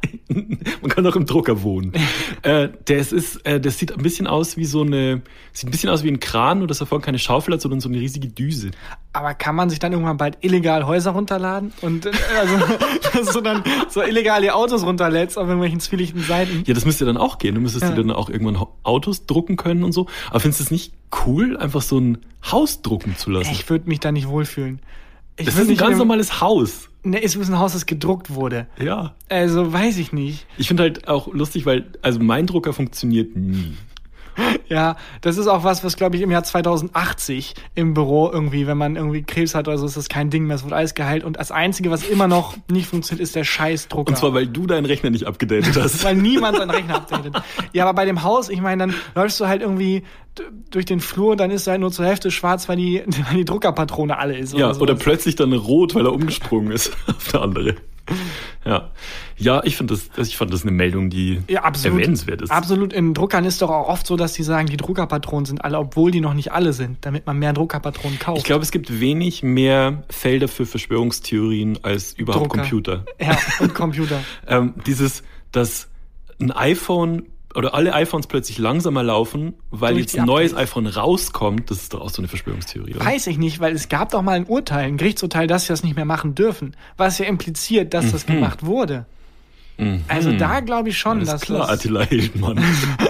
Speaker 2: Man kann auch im Drucker wohnen. äh, das ist, äh, das sieht ein bisschen aus wie so eine, sieht ein bisschen aus wie ein Kran, nur dass er vorne keine Schaufel hat, sondern so eine riesige Düse.
Speaker 1: Aber kann man sich dann irgendwann bald illegal Häuser runterladen? Und äh, also, dass du dann so illegal die Autos runterlädst auf irgendwelchen zwielichten Seiten?
Speaker 2: Ja, das müsste dann auch gehen. Du müsstest
Speaker 1: Ja.
Speaker 2: dir dann auch irgendwann Ho- Autos drucken können und so. Aber findest du es nicht cool, einfach so ein Haus drucken zu lassen?
Speaker 1: Ich würde mich da nicht wohlfühlen. Ich
Speaker 2: Das
Speaker 1: würd
Speaker 2: ist ein
Speaker 1: nicht
Speaker 2: ganz
Speaker 1: in dem-
Speaker 2: normales Haus.
Speaker 1: Ne, es ist ein Haus, das gedruckt wurde.
Speaker 2: Ja.
Speaker 1: Also weiß ich nicht.
Speaker 2: Ich finde halt auch lustig, weil, also mein Drucker funktioniert nie.
Speaker 1: Ja, das ist auch was, was glaube ich im Jahr zweitausendachtzig im Büro irgendwie, wenn man irgendwie Krebs hat oder so, ist das kein Ding mehr. Es wird alles geheilt. Und das Einzige, was immer noch nicht funktioniert, ist der Scheißdrucker.
Speaker 2: Und zwar, weil du deinen Rechner nicht abgedatet hast.
Speaker 1: weil niemand seinen Rechner updatet. Ja, aber bei dem Haus, ich meine, dann läufst du halt irgendwie d- durch den Flur, dann ist er halt nur zur Hälfte schwarz, weil die, weil die Druckerpatrone alle ist.
Speaker 2: Ja,
Speaker 1: so.
Speaker 2: oder plötzlich dann rot, weil er umgesprungen ist auf der andere. Ja, ja, ich finde das, ich fand das eine Meldung, die
Speaker 1: Ja, absolut.
Speaker 2: erwähnenswert ist.
Speaker 1: Absolut. In Druckern ist doch auch oft so, dass die sagen, die Druckerpatronen sind alle, obwohl die noch nicht alle sind, damit man mehr Druckerpatronen kauft.
Speaker 2: Ich glaube, es gibt wenig mehr Felder für Verschwörungstheorien als überhaupt
Speaker 1: Drucker.
Speaker 2: Computer.
Speaker 1: Ja, und Computer.
Speaker 2: Ähm, dieses, dass ein iPhone oder alle iPhones plötzlich langsamer laufen, weil
Speaker 1: Durch
Speaker 2: jetzt
Speaker 1: die
Speaker 2: ein neues
Speaker 1: Updates.
Speaker 2: iPhone rauskommt, das ist doch auch so eine Verschwörungstheorie, oder?
Speaker 1: Weiß ich nicht, weil es gab doch mal ein Urteil, ein Gerichtsurteil, dass sie das nicht mehr machen dürfen. Was ja impliziert, dass das gemacht wurde. Also da glaube ich schon,
Speaker 2: Alles
Speaker 1: dass
Speaker 2: klar,
Speaker 1: das...
Speaker 2: Attila Hildmann.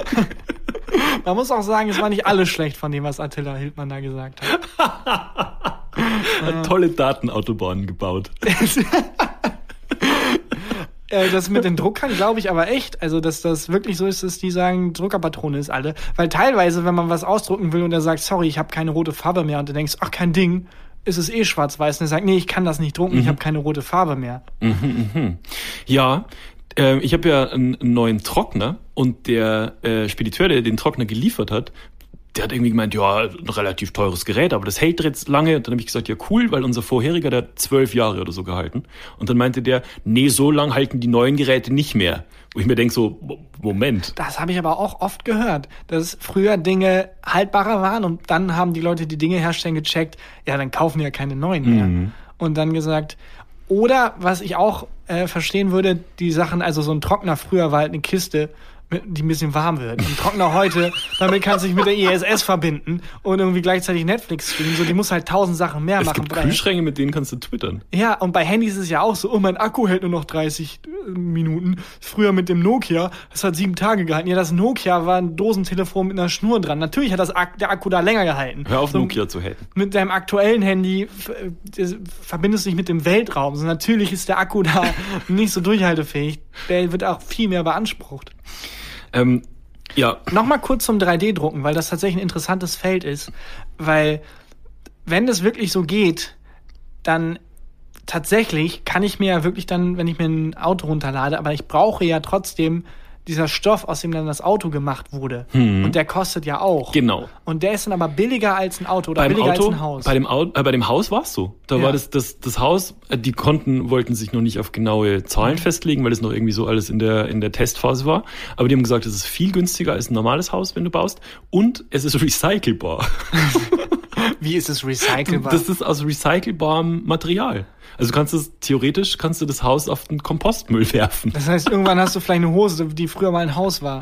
Speaker 1: Man muss auch sagen, es war nicht alles schlecht von dem, was Attila Hildmann da gesagt hat.
Speaker 2: Hat tolle Datenautobahnen gebaut.
Speaker 1: Äh, das mit den Druckern glaube ich aber echt, also dass das wirklich so ist, dass die sagen, Druckerpatrone ist alle. Weil teilweise, wenn man was ausdrucken will und er sagt, sorry, ich habe keine rote Farbe mehr und du denkst, ach, kein Ding, ist es eh schwarz-weiß. Und er sagt, nee, ich kann das nicht drucken, ich habe keine rote Farbe mehr.
Speaker 2: Ja, äh, ich habe ja einen, einen neuen Trockner und der äh, Spediteur, der den Trockner geliefert hat, der hat irgendwie gemeint, ja, ein relativ teures Gerät, aber das hält jetzt lange. Und dann habe ich gesagt, ja cool, weil unser vorheriger, der hat zwölf Jahre oder so gehalten. Und dann meinte der, nee, so lang halten die neuen Geräte nicht mehr. Wo ich mir denke so, Mo- Moment.
Speaker 1: Das habe ich aber auch oft gehört, dass früher Dinge haltbarer waren und dann haben die Leute, die Dinge herstellen, gecheckt, ja, dann kaufen die ja keine neuen mehr. Und dann gesagt, oder was ich auch äh, verstehen würde, die Sachen, also so ein Trockner früher war halt eine Kiste, mit- die ein bisschen warm wird. Ein Trockner heute, damit kannst du dich mit der I S S verbinden und irgendwie gleichzeitig Netflix streamen. So, die muss halt tausend Sachen mehr
Speaker 2: Es
Speaker 1: machen.
Speaker 2: gibt
Speaker 1: Bei-
Speaker 2: Kühlschränke, mit denen kannst du twittern.
Speaker 1: Ja, und bei Handys ist es ja auch so, oh, mein Akku hält nur noch dreißig Minuten. Früher mit dem Nokia, das hat sieben Tage gehalten. Ja, das Nokia war ein Dosentelefon mit einer Schnur dran. Natürlich hat das Ak- der Akku da länger gehalten.
Speaker 2: Hör auf,
Speaker 1: so,
Speaker 2: Nokia zu haten.
Speaker 1: Mit deinem aktuellen Handy f- äh, verbindest du dich mit dem Weltraum. Also natürlich ist der Akku da nicht so durchhaltefähig. Der wird auch viel mehr beansprucht.
Speaker 2: Ähm, ja.
Speaker 1: Nochmal kurz zum drei D-Drucken, weil das tatsächlich ein interessantes Feld ist. Weil, wenn das wirklich so geht, dann tatsächlich kann ich mir ja wirklich dann, wenn ich mir ein Auto runterlade, aber ich brauche ja trotzdem dieser Stoff, aus dem dann das Auto gemacht wurde.
Speaker 2: Hm.
Speaker 1: Und der kostet ja auch.
Speaker 2: Genau.
Speaker 1: Und der ist dann aber billiger als ein Auto oder
Speaker 2: Beim
Speaker 1: billiger
Speaker 2: Auto,
Speaker 1: als ein Haus.
Speaker 2: Bei dem, Au- äh, bei dem Haus war es so. Da
Speaker 1: Ja.
Speaker 2: war das, das, das Haus, äh, die konnten, wollten sich noch nicht auf genaue Zahlen
Speaker 1: Mhm.
Speaker 2: festlegen, weil das noch irgendwie so alles in der, in der Testphase war. Aber die haben gesagt, es ist viel günstiger als ein normales Haus, wenn du baust. Und es ist recycelbar.
Speaker 1: Wie ist es recycelbar?
Speaker 2: Das ist aus recycelbarem Material. Also du kannst es, theoretisch kannst du das Haus auf den Kompostmüll werfen.
Speaker 1: Das heißt, irgendwann hast du vielleicht eine Hose, die früher mal ein Haus war.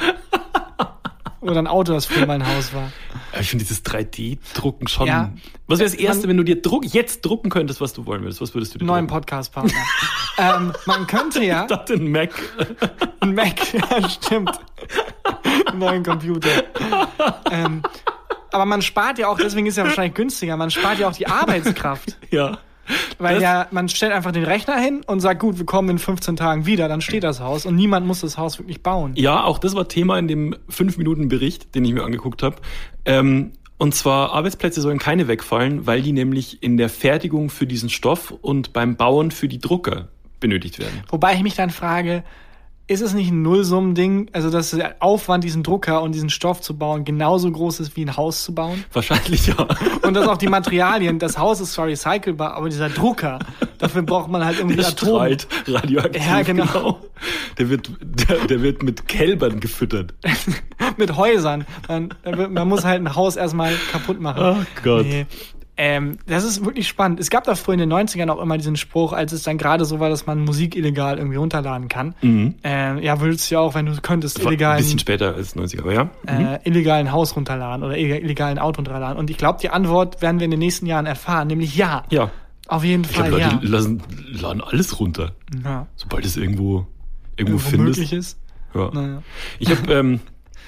Speaker 1: Oder ein Auto, das früher mal ein Haus war.
Speaker 2: Aber ich finde dieses drei D-Drucken schon...
Speaker 1: Ja.
Speaker 2: Was wäre das Erste,
Speaker 1: Man-
Speaker 2: wenn du dir druck, jetzt drucken könntest, was du wollen würdest? Was würdest du dir
Speaker 1: Neuen
Speaker 2: drucken?
Speaker 1: Podcast-Partner. ähm, man könnte ja
Speaker 2: Ich dachte, ein Mac.
Speaker 1: ein Mac, ja, stimmt. Einen neuen Computer. ähm, aber man spart ja auch, deswegen ist ja wahrscheinlich günstiger, man spart ja auch die Arbeitskraft.
Speaker 2: Ja.
Speaker 1: Weil
Speaker 2: Das-
Speaker 1: ja, man stellt einfach den Rechner hin und sagt, gut, wir kommen in fünfzehn Tagen wieder, dann steht das Haus und niemand muss das Haus wirklich bauen.
Speaker 2: Ja, auch das war Thema in dem fünf Minuten Bericht, den ich mir angeguckt habe. Ähm, und zwar, Arbeitsplätze sollen keine wegfallen, weil die nämlich in der Fertigung für diesen Stoff und beim Bauen für die Drucker benötigt werden.
Speaker 1: Wobei ich mich dann frage, ist es nicht ein Nullsummending, also dass der Aufwand, diesen Drucker und diesen Stoff zu bauen, genauso groß ist, wie ein Haus zu bauen?
Speaker 2: Wahrscheinlich ja.
Speaker 1: Und dass auch die Materialien, das Haus ist zwar recycelbar, aber dieser Drucker, dafür braucht man halt irgendwie
Speaker 2: Der
Speaker 1: Atom.
Speaker 2: strahlt radioaktiv.
Speaker 1: Ja, genau.
Speaker 2: Der wird, der, der wird mit Kälbern gefüttert.
Speaker 1: Mit Häusern. Man, man muss halt ein Haus erstmal kaputt machen.
Speaker 2: Oh Gott.
Speaker 1: Nee. Ähm, das ist wirklich spannend. Es gab da früher in den neunzigern auch immer diesen Spruch, als es dann gerade so war, dass man Musik illegal irgendwie runterladen kann.
Speaker 2: Mhm.
Speaker 1: Ähm, ja, würdest du ja auch, wenn du könntest,
Speaker 2: War
Speaker 1: illegal
Speaker 2: ein bisschen später als neunziger, aber ja. Mhm.
Speaker 1: äh, illegalen Haus runterladen oder illegalen Auto runterladen. Und ich glaube, die Antwort werden wir in den nächsten Jahren erfahren, nämlich ja.
Speaker 2: Ja.
Speaker 1: Auf jeden
Speaker 2: Ich glaube,
Speaker 1: Fall,
Speaker 2: Leute
Speaker 1: ja.
Speaker 2: lassen, laden alles runter.
Speaker 1: ja.
Speaker 2: Sobald es irgendwo, irgendwo
Speaker 1: Irgendwo
Speaker 2: findest.
Speaker 1: möglich ist.
Speaker 2: Ja.
Speaker 1: Naja.
Speaker 2: Ich habe ähm,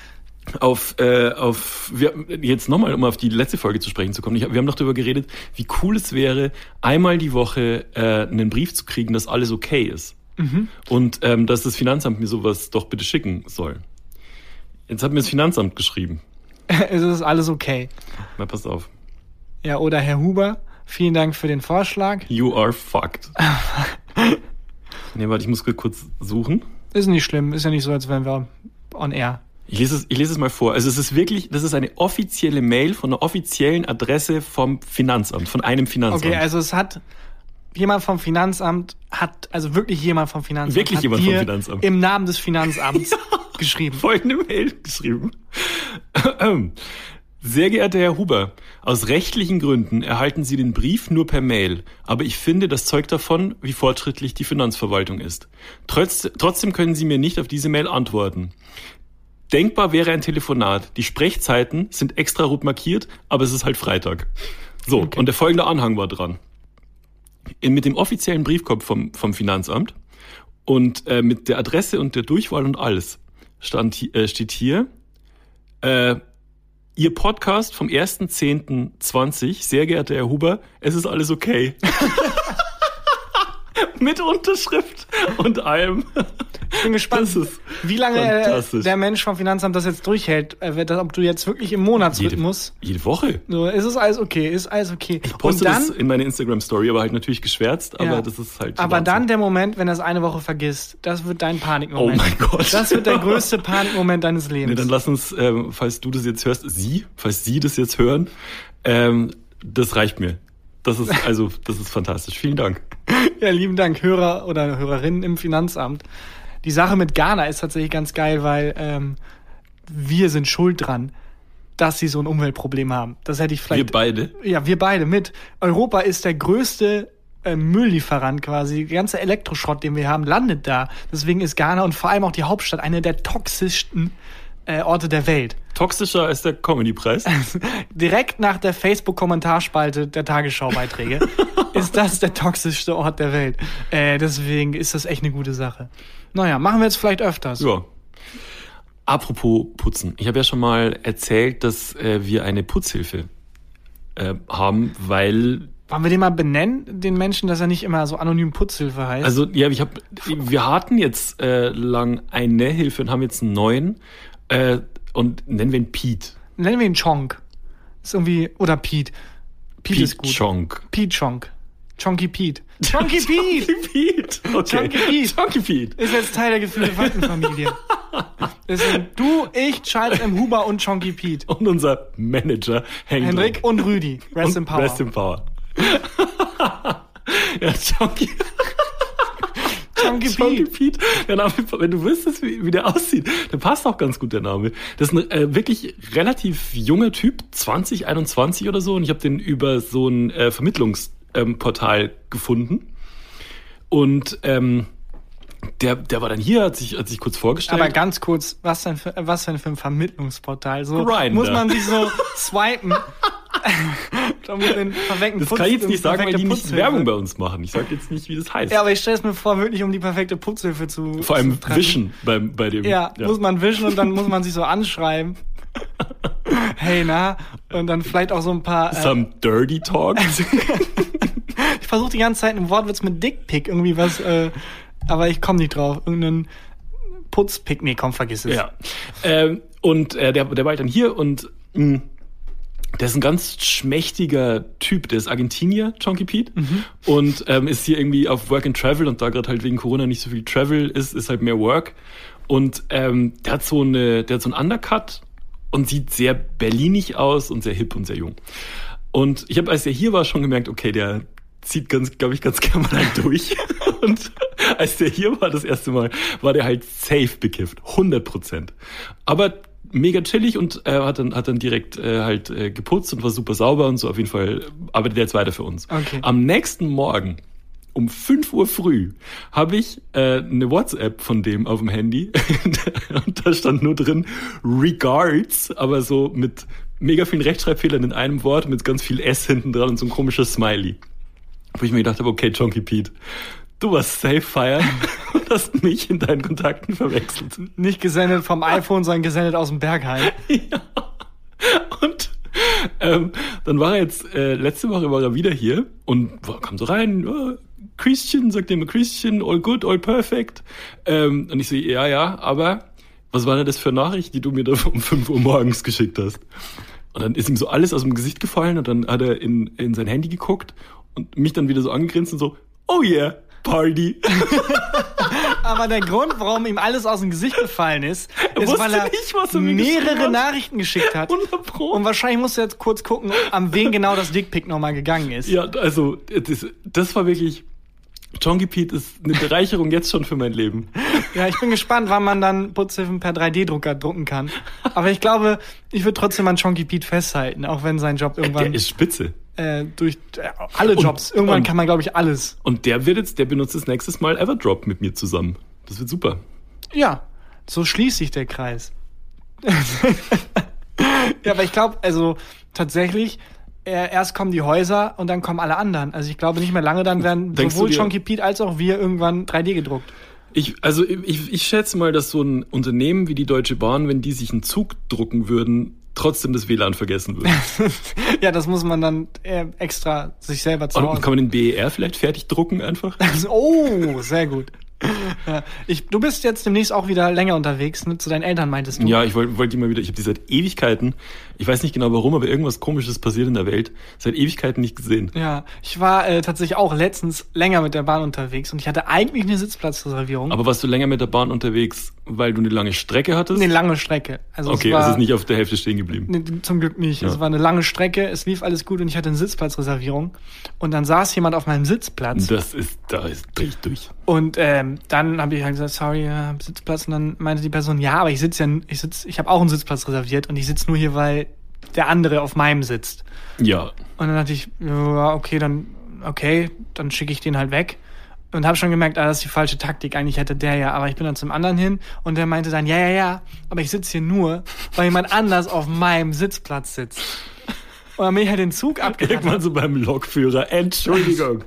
Speaker 2: auf, äh, auf wir, jetzt nochmal, um auf die letzte Folge zu sprechen zu kommen, ich hab, wir haben noch darüber geredet, wie cool es wäre, einmal die Woche äh, einen Brief zu kriegen, dass alles okay ist.
Speaker 1: Mhm.
Speaker 2: Und ähm, dass das Finanzamt mir sowas doch bitte schicken soll. Jetzt hat mir das Finanzamt geschrieben.
Speaker 1: Es ist alles okay.
Speaker 2: Na, pass auf.
Speaker 1: Ja, oder Herr Huber, vielen Dank für den Vorschlag.
Speaker 2: You are fucked. Nee, warte, ich muss kurz suchen.
Speaker 1: Ist nicht schlimm, ist ja nicht so, als wären wir on air.
Speaker 2: Ich lese es, ich lese es mal vor. Also es ist wirklich, das ist eine offizielle Mail von einer offiziellen Adresse vom Finanzamt, von einem Finanzamt.
Speaker 1: Okay, also es hat jemand vom Finanzamt, hat, also wirklich jemand vom Finanzamt,
Speaker 2: Wirklich
Speaker 1: hat
Speaker 2: jemand vom
Speaker 1: dir
Speaker 2: Finanzamt.
Speaker 1: im Namen des Finanzamts geschrieben.
Speaker 2: Folgende Mail geschrieben. Sehr geehrter Herr Huber, aus rechtlichen Gründen erhalten Sie den Brief nur per Mail, aber ich finde, das zeugt davon, wie fortschrittlich die Finanzverwaltung ist. Trotz, trotzdem können Sie mir nicht auf diese Mail antworten. Denkbar wäre ein Telefonat. Die Sprechzeiten sind extra rot markiert, aber es ist halt Freitag. So,
Speaker 1: Okay.
Speaker 2: und der folgende Anhang war dran. In, mit dem offiziellen Briefkopf vom, vom Finanzamt und äh, mit der Adresse und der Durchwahl und alles stand, hi- äh, steht hier, äh, Ihr Podcast vom ersten zehnten zwanzig, sehr geehrter Herr Huber, es ist alles okay. Mit Unterschrift und allem.
Speaker 1: Ich bin gespannt,
Speaker 2: Das ist
Speaker 1: wie lange äh,
Speaker 2: fantastisch.
Speaker 1: der Mensch vom Finanzamt das jetzt durchhält. Äh, wird das- Ob du jetzt wirklich im Monatsrhythmus,
Speaker 2: Jede Woche.
Speaker 1: so, ist es alles okay, ist alles okay.
Speaker 2: Ich poste
Speaker 1: Und dann,
Speaker 2: das in meine Instagram-Story, aber halt natürlich geschwärzt, aber
Speaker 1: Ja.
Speaker 2: das ist halt...
Speaker 1: aber
Speaker 2: Wahnsinn.
Speaker 1: dann der Moment, wenn er es eine Woche vergisst, das wird dein
Speaker 2: Oh
Speaker 1: Panikmoment.
Speaker 2: mein Gott.
Speaker 1: Das wird der größte Panikmoment deines Lebens.
Speaker 2: Nee, dann lass uns, ähm, falls du das jetzt hörst, Sie, falls Sie das jetzt hören, ähm, das reicht mir. Das ist, also, das ist fantastisch. Vielen Dank.
Speaker 1: Ja, lieben Dank, Hörer oder Hörerinnen im Finanzamt. Die Sache mit Ghana ist tatsächlich ganz geil, weil ähm, wir sind schuld dran, dass sie so ein Umweltproblem haben. Das hätte ich
Speaker 2: Wir
Speaker 1: vielleicht...
Speaker 2: beide.
Speaker 1: Ja, wir beide mit. Europa ist der größte äh, Mülllieferant quasi. Der ganze Elektroschrott, den wir haben, landet da. Deswegen ist Ghana und vor allem auch die Hauptstadt eine der toxischsten äh, Orte der Welt.
Speaker 2: Toxischer als der Comedy-Preis.
Speaker 1: Direkt nach der Facebook-Kommentarspalte der Tagesschau-Beiträge ist das der toxischste Ort der Welt. Äh, deswegen ist das echt eine gute Sache. Naja, machen wir jetzt vielleicht öfters.
Speaker 2: Ja. Apropos Putzen. Ich habe ja schon mal erzählt, dass äh, wir eine Putzhilfe äh, haben, weil...
Speaker 1: Wollen wir den mal benennen, den Menschen, dass er nicht immer so anonym Putzhilfe heißt?
Speaker 2: Also, ja, ich hab, wir hatten jetzt äh, lang eine Hilfe und haben jetzt einen neuen äh, und nennen wir ihn Pete.
Speaker 1: Nennen wir ihn Chonk. Ist irgendwie, oder Pete. Pete,
Speaker 2: Pete
Speaker 1: ist gut.
Speaker 2: Chonk.
Speaker 1: Pete Chonk. Chonky Pete. Chonky Pete!
Speaker 2: Chonky Pete! Okay.
Speaker 1: Chonky Pete.
Speaker 2: Chonky Pete.
Speaker 1: Ist jetzt Teil der Gefühle-Fakten-Familie. Es sind du, ich, Charles M. Huber und Chonky Pete.
Speaker 2: Und unser Manager Hendrik.
Speaker 1: Hendrik und Rüdi. Rest in Power.
Speaker 2: Rest in Power. Ja, Chonky.
Speaker 1: Chonky
Speaker 2: Chonky
Speaker 1: Pete.
Speaker 2: Pete. Der Name, wenn du wüsstest, wie, wie der aussieht, der passt auch ganz gut, der Name. Das ist ein äh, wirklich relativ junger Typ, zwanzig, einundzwanzig oder so. Und ich habe den über so ein äh, Vermittlungsportal ähm, gefunden. Und ähm, der, der war dann hier, hat sich, hat sich kurz vorgestellt.
Speaker 1: Aber ganz kurz, was denn für, was denn für ein Vermittlungsportal? So
Speaker 2: Grindr.
Speaker 1: Muss man sich so swipen. Da muss den verweckten
Speaker 2: Das
Speaker 1: Putz,
Speaker 2: kann ich jetzt nicht sagen, weil die nicht
Speaker 1: Putzhilfe.
Speaker 2: Werbung bei uns machen. Ich sage jetzt nicht, wie das heißt.
Speaker 1: Ja, aber ich stelle es mir vor, wirklich um die perfekte Putzhilfe zu
Speaker 2: Vor allem
Speaker 1: zu treffen.
Speaker 2: wischen beim, bei dem.
Speaker 1: Ja,
Speaker 2: ja,
Speaker 1: muss man wischen und dann muss man sich so anschreiben. Hey, na? Und dann vielleicht auch so ein paar... Äh,
Speaker 2: Some dirty talk.
Speaker 1: ich versuche die ganze Zeit einen Wortwitz mit Dickpick irgendwie was... Äh, aber ich komme nicht drauf. Irgendeinen Putzpick... Nee, komm, vergiss es.
Speaker 2: Ja. Ähm, und äh, der, der war halt dann hier und... Mh, der ist ein ganz schmächtiger Typ, der ist Argentinier, Chonky Pete, mhm. und ähm, ist hier irgendwie auf Work and Travel und da gerade halt wegen Corona nicht so viel Travel ist, ist halt mehr Work. Und ähm, der hat so eine, der hat so einen Undercut und sieht sehr berlinig aus und sehr hip und sehr jung. Und ich habe, als er hier war, schon gemerkt, okay, der zieht ganz, glaube ich, ganz gerne mal halt durch. Und als der hier war das erste Mal, war der halt safe bekifft, hundert Prozent. Aber mega chillig und äh, hat dann hat dann direkt äh, halt äh, geputzt und war super sauber und so. Auf jeden Fall arbeitet er jetzt weiter für uns.
Speaker 1: Okay.
Speaker 2: Am nächsten Morgen um fünf Uhr früh habe ich äh, eine WhatsApp von dem auf dem Handy und da stand nur drin Regards, aber so mit mega vielen Rechtschreibfehlern in einem Wort mit ganz viel S hinten dran und so ein komisches Smiley. Wo ich mir gedacht habe, okay, Chonky Pete, du warst safe feiern und hast mich in deinen Kontakten verwechselt.
Speaker 1: Nicht gesendet vom iPhone, sondern gesendet aus dem Bergheim.
Speaker 2: Ja. Und ähm, dann war er jetzt, äh, letzte Woche war er wieder hier und war, kam so rein, oh, Christian, sagt immer Christian, all good, all perfect. Ähm, und ich so, ja, ja, aber was war denn das für eine Nachricht, die du mir da um fünf Uhr morgens geschickt hast? Und dann ist ihm so alles aus dem Gesicht gefallen und dann hat er in, in sein Handy geguckt und mich dann wieder so angegrinst und so, oh yeah, Party.
Speaker 1: Aber der Grund, warum ihm alles aus dem Gesicht gefallen ist,
Speaker 2: er
Speaker 1: ist, weil er
Speaker 2: nicht, was er mir geschrieben
Speaker 1: mehrere
Speaker 2: hat.
Speaker 1: Nachrichten geschickt hat.
Speaker 2: hundert Pro.
Speaker 1: Und wahrscheinlich musst du jetzt kurz gucken, an wen genau das Dickpick nochmal gegangen ist.
Speaker 2: Ja, also das, das war wirklich... Chonky Pete ist eine Bereicherung jetzt schon für mein Leben.
Speaker 1: Ja, ich bin gespannt, wann man dann Putzhilfen per drei D Drucker drucken kann. Aber ich glaube, ich würde trotzdem an Chonky Pete festhalten, auch wenn sein Job irgendwann...
Speaker 2: Der ist spitze.
Speaker 1: Äh, durch äh, alle Jobs.
Speaker 2: Und,
Speaker 1: irgendwann
Speaker 2: und,
Speaker 1: kann man, glaube ich, alles.
Speaker 2: Und der wird jetzt, der benutzt das nächstes Mal Everdrop mit mir zusammen. Das wird super.
Speaker 1: Ja, so schließt sich der Kreis. Ja, aber ich glaube, also tatsächlich... Erst kommen die Häuser und dann kommen alle anderen. Also ich glaube nicht mehr lange, dann werden
Speaker 2: Denkst
Speaker 1: sowohl
Speaker 2: du dir-
Speaker 1: Chonky Pete als auch wir irgendwann drei D gedruckt.
Speaker 2: Ich, also ich, ich schätze mal, dass so ein Unternehmen wie die Deutsche Bahn, wenn die sich einen Zug drucken würden, trotzdem das W L A N vergessen würden.
Speaker 1: Ja, das muss man dann äh, extra sich selber zu
Speaker 2: Und
Speaker 1: Hause.
Speaker 2: kann man den B E R vielleicht fertig drucken einfach?
Speaker 1: Oh, sehr gut. Ja, ich, du bist jetzt demnächst auch wieder länger unterwegs, ne? Zu deinen Eltern meintest du.
Speaker 2: Ja, ich wollte wollt die mal wieder, ich habe die seit Ewigkeiten, ich weiß nicht genau warum, aber irgendwas Komisches passiert in der Welt, seit Ewigkeiten nicht gesehen.
Speaker 1: Ja, ich war äh, tatsächlich auch letztens länger mit der Bahn unterwegs und ich hatte eigentlich eine Sitzplatzreservierung.
Speaker 2: Aber warst du länger mit der Bahn unterwegs, weil du eine lange Strecke hattest?
Speaker 1: Eine lange Strecke. Also
Speaker 2: Okay,
Speaker 1: es war,
Speaker 2: es ist nicht auf der Hälfte stehen geblieben.
Speaker 1: Nee, zum Glück nicht.
Speaker 2: Ja.
Speaker 1: Es war eine lange Strecke, es lief alles gut und ich hatte eine Sitzplatzreservierung. Und dann saß jemand auf meinem Sitzplatz.
Speaker 2: Das ist, da ist dreh ich durch.
Speaker 1: Und ähm, dann habe ich halt gesagt, sorry, ja, Sitzplatz. Und dann meinte die Person, ja, aber ich sitze ja, ich sitz, ich habe auch einen Sitzplatz reserviert und ich sitze nur hier, weil der andere auf meinem sitzt.
Speaker 2: Ja.
Speaker 1: Und dann dachte ich, ja, okay, dann okay, dann schicke ich den halt weg. Und habe schon gemerkt, ah, das ist die falsche Taktik. Eigentlich hätte der ja, aber ich bin dann zum anderen hin und der meinte dann, ja, ja, ja, aber ich sitze hier nur, weil jemand anders auf meinem Sitzplatz sitzt. Und dann bin ich halt den Zug abgefahren.
Speaker 2: Irgendwann so beim Lokführer, Entschuldigung.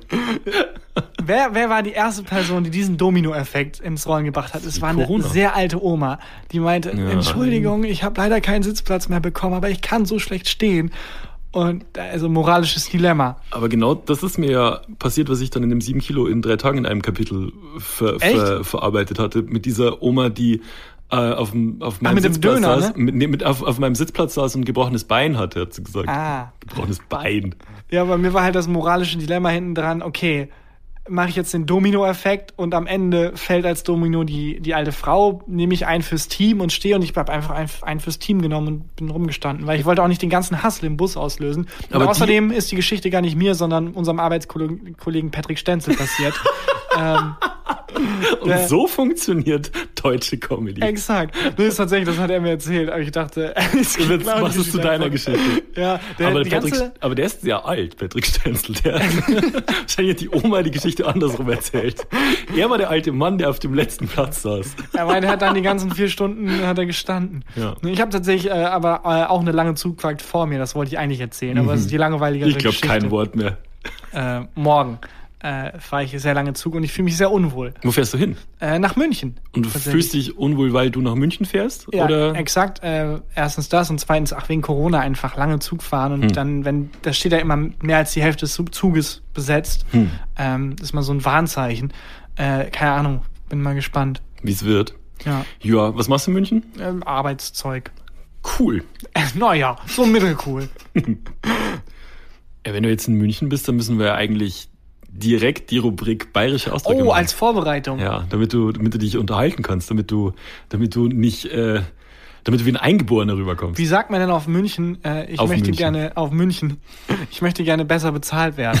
Speaker 1: Wer, wer war die erste Person, die diesen Domino-Effekt ins Rollen gebracht hat? Es war eine
Speaker 2: Corona.
Speaker 1: sehr alte Oma, die meinte,
Speaker 2: Ja.
Speaker 1: Entschuldigung, ich habe leider keinen Sitzplatz mehr bekommen, aber ich kann so schlecht stehen. Und also moralisches Dilemma.
Speaker 2: Aber genau das ist mir ja passiert, was ich dann in dem sieben Kilo in drei Tagen in einem Kapitel ver, ver, verarbeitet hatte. Mit dieser Oma, die äh, auf, dem, auf meinem
Speaker 1: mit dem
Speaker 2: Sitzplatz
Speaker 1: Döner,
Speaker 2: saß,
Speaker 1: ne?
Speaker 2: mit, nee, mit, auf, auf meinem Sitzplatz saß und ein gebrochenes Bein hatte, hat sie gesagt.
Speaker 1: Ah.
Speaker 2: Gebrochenes Bein.
Speaker 1: Ja, bei mir war halt das moralische Dilemma hinten dran, okay, mache ich jetzt den Domino-Effekt und am Ende fällt als Domino die, die alte Frau, nehme ich einen fürs Team und stehe und ich habe einfach einen, einen fürs Team genommen und bin rumgestanden, weil ich wollte auch nicht den ganzen Hassel im Bus auslösen. Und
Speaker 2: Aber
Speaker 1: außerdem die ist die Geschichte gar nicht mir, sondern unserem Arbeitskollegen Patrick Stenzel passiert. ähm,
Speaker 2: Und
Speaker 1: der-
Speaker 2: so funktioniert deutsche Comedy.
Speaker 1: Exakt. Das ist tatsächlich, das hat er mir erzählt, aber ich dachte, es
Speaker 2: Jetzt
Speaker 1: gibt
Speaker 2: machst du es zu deiner Geschichte.
Speaker 1: Ja, der,
Speaker 2: aber,
Speaker 1: die
Speaker 2: Patrick,
Speaker 1: ganze,
Speaker 2: aber der ist sehr alt, Patrick Stenzel. Der wahrscheinlich hat die Oma die Geschichte andersrum erzählt. Er war der alte Mann, der auf dem letzten Platz saß.
Speaker 1: er meinte, er hat dann die ganzen vier Stunden hat er gestanden.
Speaker 2: Ja.
Speaker 1: Ich habe tatsächlich äh, aber äh, auch eine lange Zugfahrt vor mir, das wollte ich eigentlich erzählen, aber es ist die langweiligere
Speaker 2: Ich glaube
Speaker 1: Geschichte.
Speaker 2: kein Wort mehr.
Speaker 1: Äh, morgen äh, fahre ich sehr lange Zug und ich fühle mich sehr unwohl.
Speaker 2: Wo fährst du hin?
Speaker 1: Äh, nach München.
Speaker 2: Und du
Speaker 1: Tatsächlich.
Speaker 2: fühlst dich unwohl, weil du nach München fährst?
Speaker 1: Ja,
Speaker 2: oder?
Speaker 1: exakt. Äh, erstens das und zweitens, ach, wegen Corona einfach lange Zug fahren und
Speaker 2: Hm.
Speaker 1: dann, wenn, da steht ja immer mehr als die Hälfte des Zug- Zuges besetzt.
Speaker 2: Hm.
Speaker 1: Ähm, das ist mal so ein Warnzeichen. Äh, keine Ahnung, bin mal gespannt.
Speaker 2: Wie es wird.
Speaker 1: Ja,
Speaker 2: Ja, was machst du in München?
Speaker 1: ähm, Arbeitszeug.
Speaker 2: Cool.
Speaker 1: Äh, naja, so mittelcool.
Speaker 2: Ja, wenn du jetzt in München bist, dann müssen wir ja eigentlich direkt die Rubrik bayerische Ausdrücke
Speaker 1: Oh,
Speaker 2: machen.
Speaker 1: als Vorbereitung.
Speaker 2: Ja, damit du, damit du dich unterhalten kannst, damit du, damit du nicht, äh, damit du wie ein Eingeborener rüberkommst.
Speaker 1: Wie sagt man denn auf München? Äh, ich
Speaker 2: Auf
Speaker 1: möchte
Speaker 2: München.
Speaker 1: gerne auf München. Ich möchte gerne besser bezahlt werden.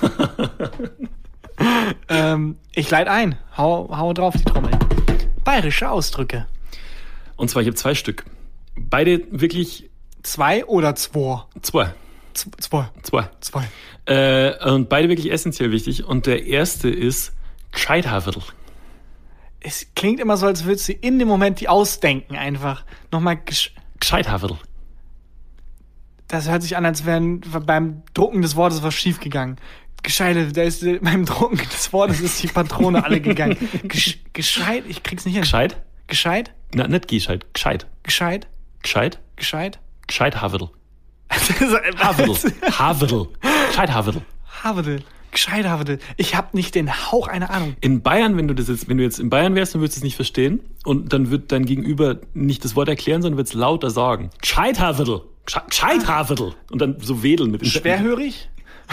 Speaker 1: ähm, ich leite ein. Hau, hau drauf die Trommel. Bayerische Ausdrücke.
Speaker 2: Und zwar, ich habe zwei Stück. Beide wirklich
Speaker 1: Zwei oder zwei?
Speaker 2: zwei.
Speaker 1: Z- Zwei.
Speaker 2: Zwei.
Speaker 1: Zwei.
Speaker 2: Äh, und beide wirklich essentiell wichtig. Und der erste ist Gescheithaferl.
Speaker 1: Es klingt immer so, als würdest du in dem Moment die ausdenken einfach. Nochmal, gesch-
Speaker 2: Gescheithaferl.
Speaker 1: das hört sich an, als wäre beim Drucken des Wortes was schiefgegangen. Gescheite, da ist äh, beim Drucken des Wortes ist die Patrone alle gegangen. Gesch, gescheit, ich krieg's nicht hin.
Speaker 2: Gescheit?
Speaker 1: Gescheit?
Speaker 2: Na, nicht gescheit. Gescheit.
Speaker 1: Gescheit?
Speaker 2: Gescheit?
Speaker 1: Gescheit?
Speaker 2: Gescheithaferl.
Speaker 1: Havedel.
Speaker 2: Haverl. Haverl. Gescheithaferl.
Speaker 1: Havedel. Gescheit Havedel. Ich habe nicht den Hauch einer Ahnung.
Speaker 2: In Bayern, wenn du das jetzt, wenn du jetzt in Bayern wärst, dann würdest du es nicht verstehen. Und dann wird dein Gegenüber nicht das Wort erklären, sondern wird es lauter sagen. Gescheithaferl. Gescheithaferl. Und dann so wedeln mit den
Speaker 1: Schwerhörig?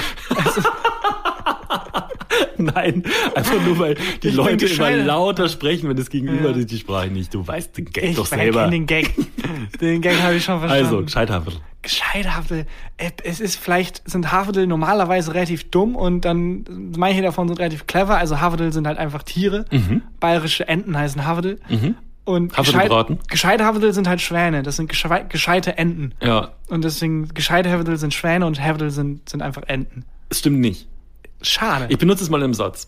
Speaker 2: Nein, einfach nur, weil die
Speaker 1: Ich bin
Speaker 2: Leute immer
Speaker 1: gescheiter.
Speaker 2: lauter sprechen, wenn das Gegenüber
Speaker 1: Ja.
Speaker 2: die Sprache nicht. Du weißt den Gag
Speaker 1: Ich
Speaker 2: doch
Speaker 1: kenn
Speaker 2: selber.
Speaker 1: den Gag. Den Gag habe ich schon verstanden.
Speaker 2: Also, Gescheithaferl.
Speaker 1: Gescheit Havedel. Äh, Es ist vielleicht, sind Havedel normalerweise relativ dumm und dann manche davon sind relativ clever. Also Havedel sind halt einfach Tiere. Bayerische Enten heißen Havedel. Und
Speaker 2: Havedelbraten.
Speaker 1: gescheit, gescheit Havedel sind halt Schwäne. Das sind geschei- gescheite Enten.
Speaker 2: Ja,
Speaker 1: Und deswegen gescheite Havedel sind Schwäne und Havedel sind, sind einfach Enten.
Speaker 2: es stimmt nicht.
Speaker 1: Schade.
Speaker 2: Ich benutze es mal im Satz.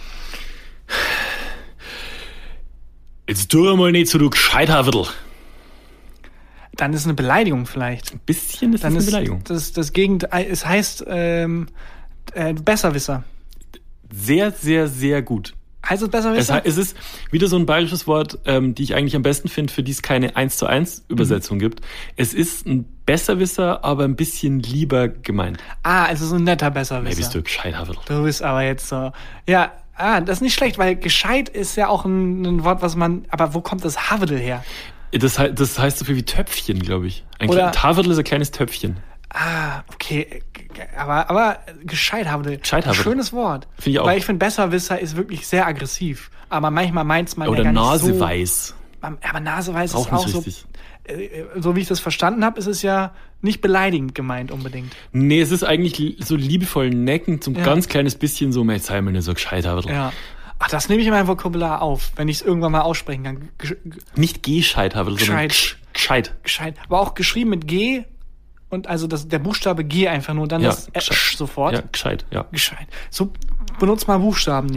Speaker 2: Jetzt tu mal nicht so, du Gescheithaferl.
Speaker 1: Dann ist es eine Beleidigung vielleicht.
Speaker 2: Ein bisschen ist das
Speaker 1: Dann
Speaker 2: eine
Speaker 1: ist
Speaker 2: Beleidigung.
Speaker 1: das, das Gegenteil. Es heißt ähm, äh, Besserwisser.
Speaker 2: Sehr, sehr, sehr gut.
Speaker 1: Heißt es
Speaker 2: Es,
Speaker 1: Besserwisser?
Speaker 2: he- es ist wieder so ein bayerisches Wort, ähm, die ich eigentlich am besten finde, für die es keine eins zu eins Übersetzung gibt. Es ist ein Besserwisser, aber ein bisschen lieber gemeint.
Speaker 1: ah, also so ein netter
Speaker 2: Hey,
Speaker 1: Besserwisser.
Speaker 2: bist du Gescheithaferl.
Speaker 1: Du bist aber jetzt so. Ja, ah, das ist nicht schlecht, weil gescheit ist ja auch ein, ein Wort, was man. Aber wo kommt das Havedel her?
Speaker 2: Das, he- das heißt so viel wie Töpfchen, glaube ich. Ein
Speaker 1: Oder-
Speaker 2: Kle- Haferl ist ein kleines Töpfchen.
Speaker 1: Ah, okay. Aber, aber gescheit Havedel.
Speaker 2: Gescheit Havedel.
Speaker 1: Schönes Wort.
Speaker 2: Finde ich auch.
Speaker 1: Weil ich finde, Besserwisser ist wirklich sehr aggressiv. Aber manchmal meint's man
Speaker 2: Oder
Speaker 1: ja gar nicht
Speaker 2: Naseweiß.
Speaker 1: so. Aber Naseweiß
Speaker 2: Auch
Speaker 1: ist
Speaker 2: nicht
Speaker 1: auch so.
Speaker 2: richtig.
Speaker 1: äh, So wie ich das verstanden habe, ist es ja nicht beleidigend gemeint unbedingt.
Speaker 2: Nee, es ist eigentlich li- so liebevoll neckend, so ein
Speaker 1: Ja.
Speaker 2: ganz kleines bisschen so, jetzt sei mal nicht so Gescheithaferl.
Speaker 1: Ja. Ach, das nehme ich in mein Vokabular auf, wenn ich es irgendwann mal aussprechen kann. Gesch- ge-
Speaker 2: Nicht Gescheithaferl, sondern
Speaker 1: Gescheit.
Speaker 2: Gsch- gescheit.
Speaker 1: Gescheit. Aber auch geschrieben mit G und also das, der Buchstabe G einfach nur, dann
Speaker 2: Ja,
Speaker 1: das
Speaker 2: gescheit.
Speaker 1: Sch sofort.
Speaker 2: Ja, gescheit, ja.
Speaker 1: Gescheit. So benutzt mal Buchstaben nicht.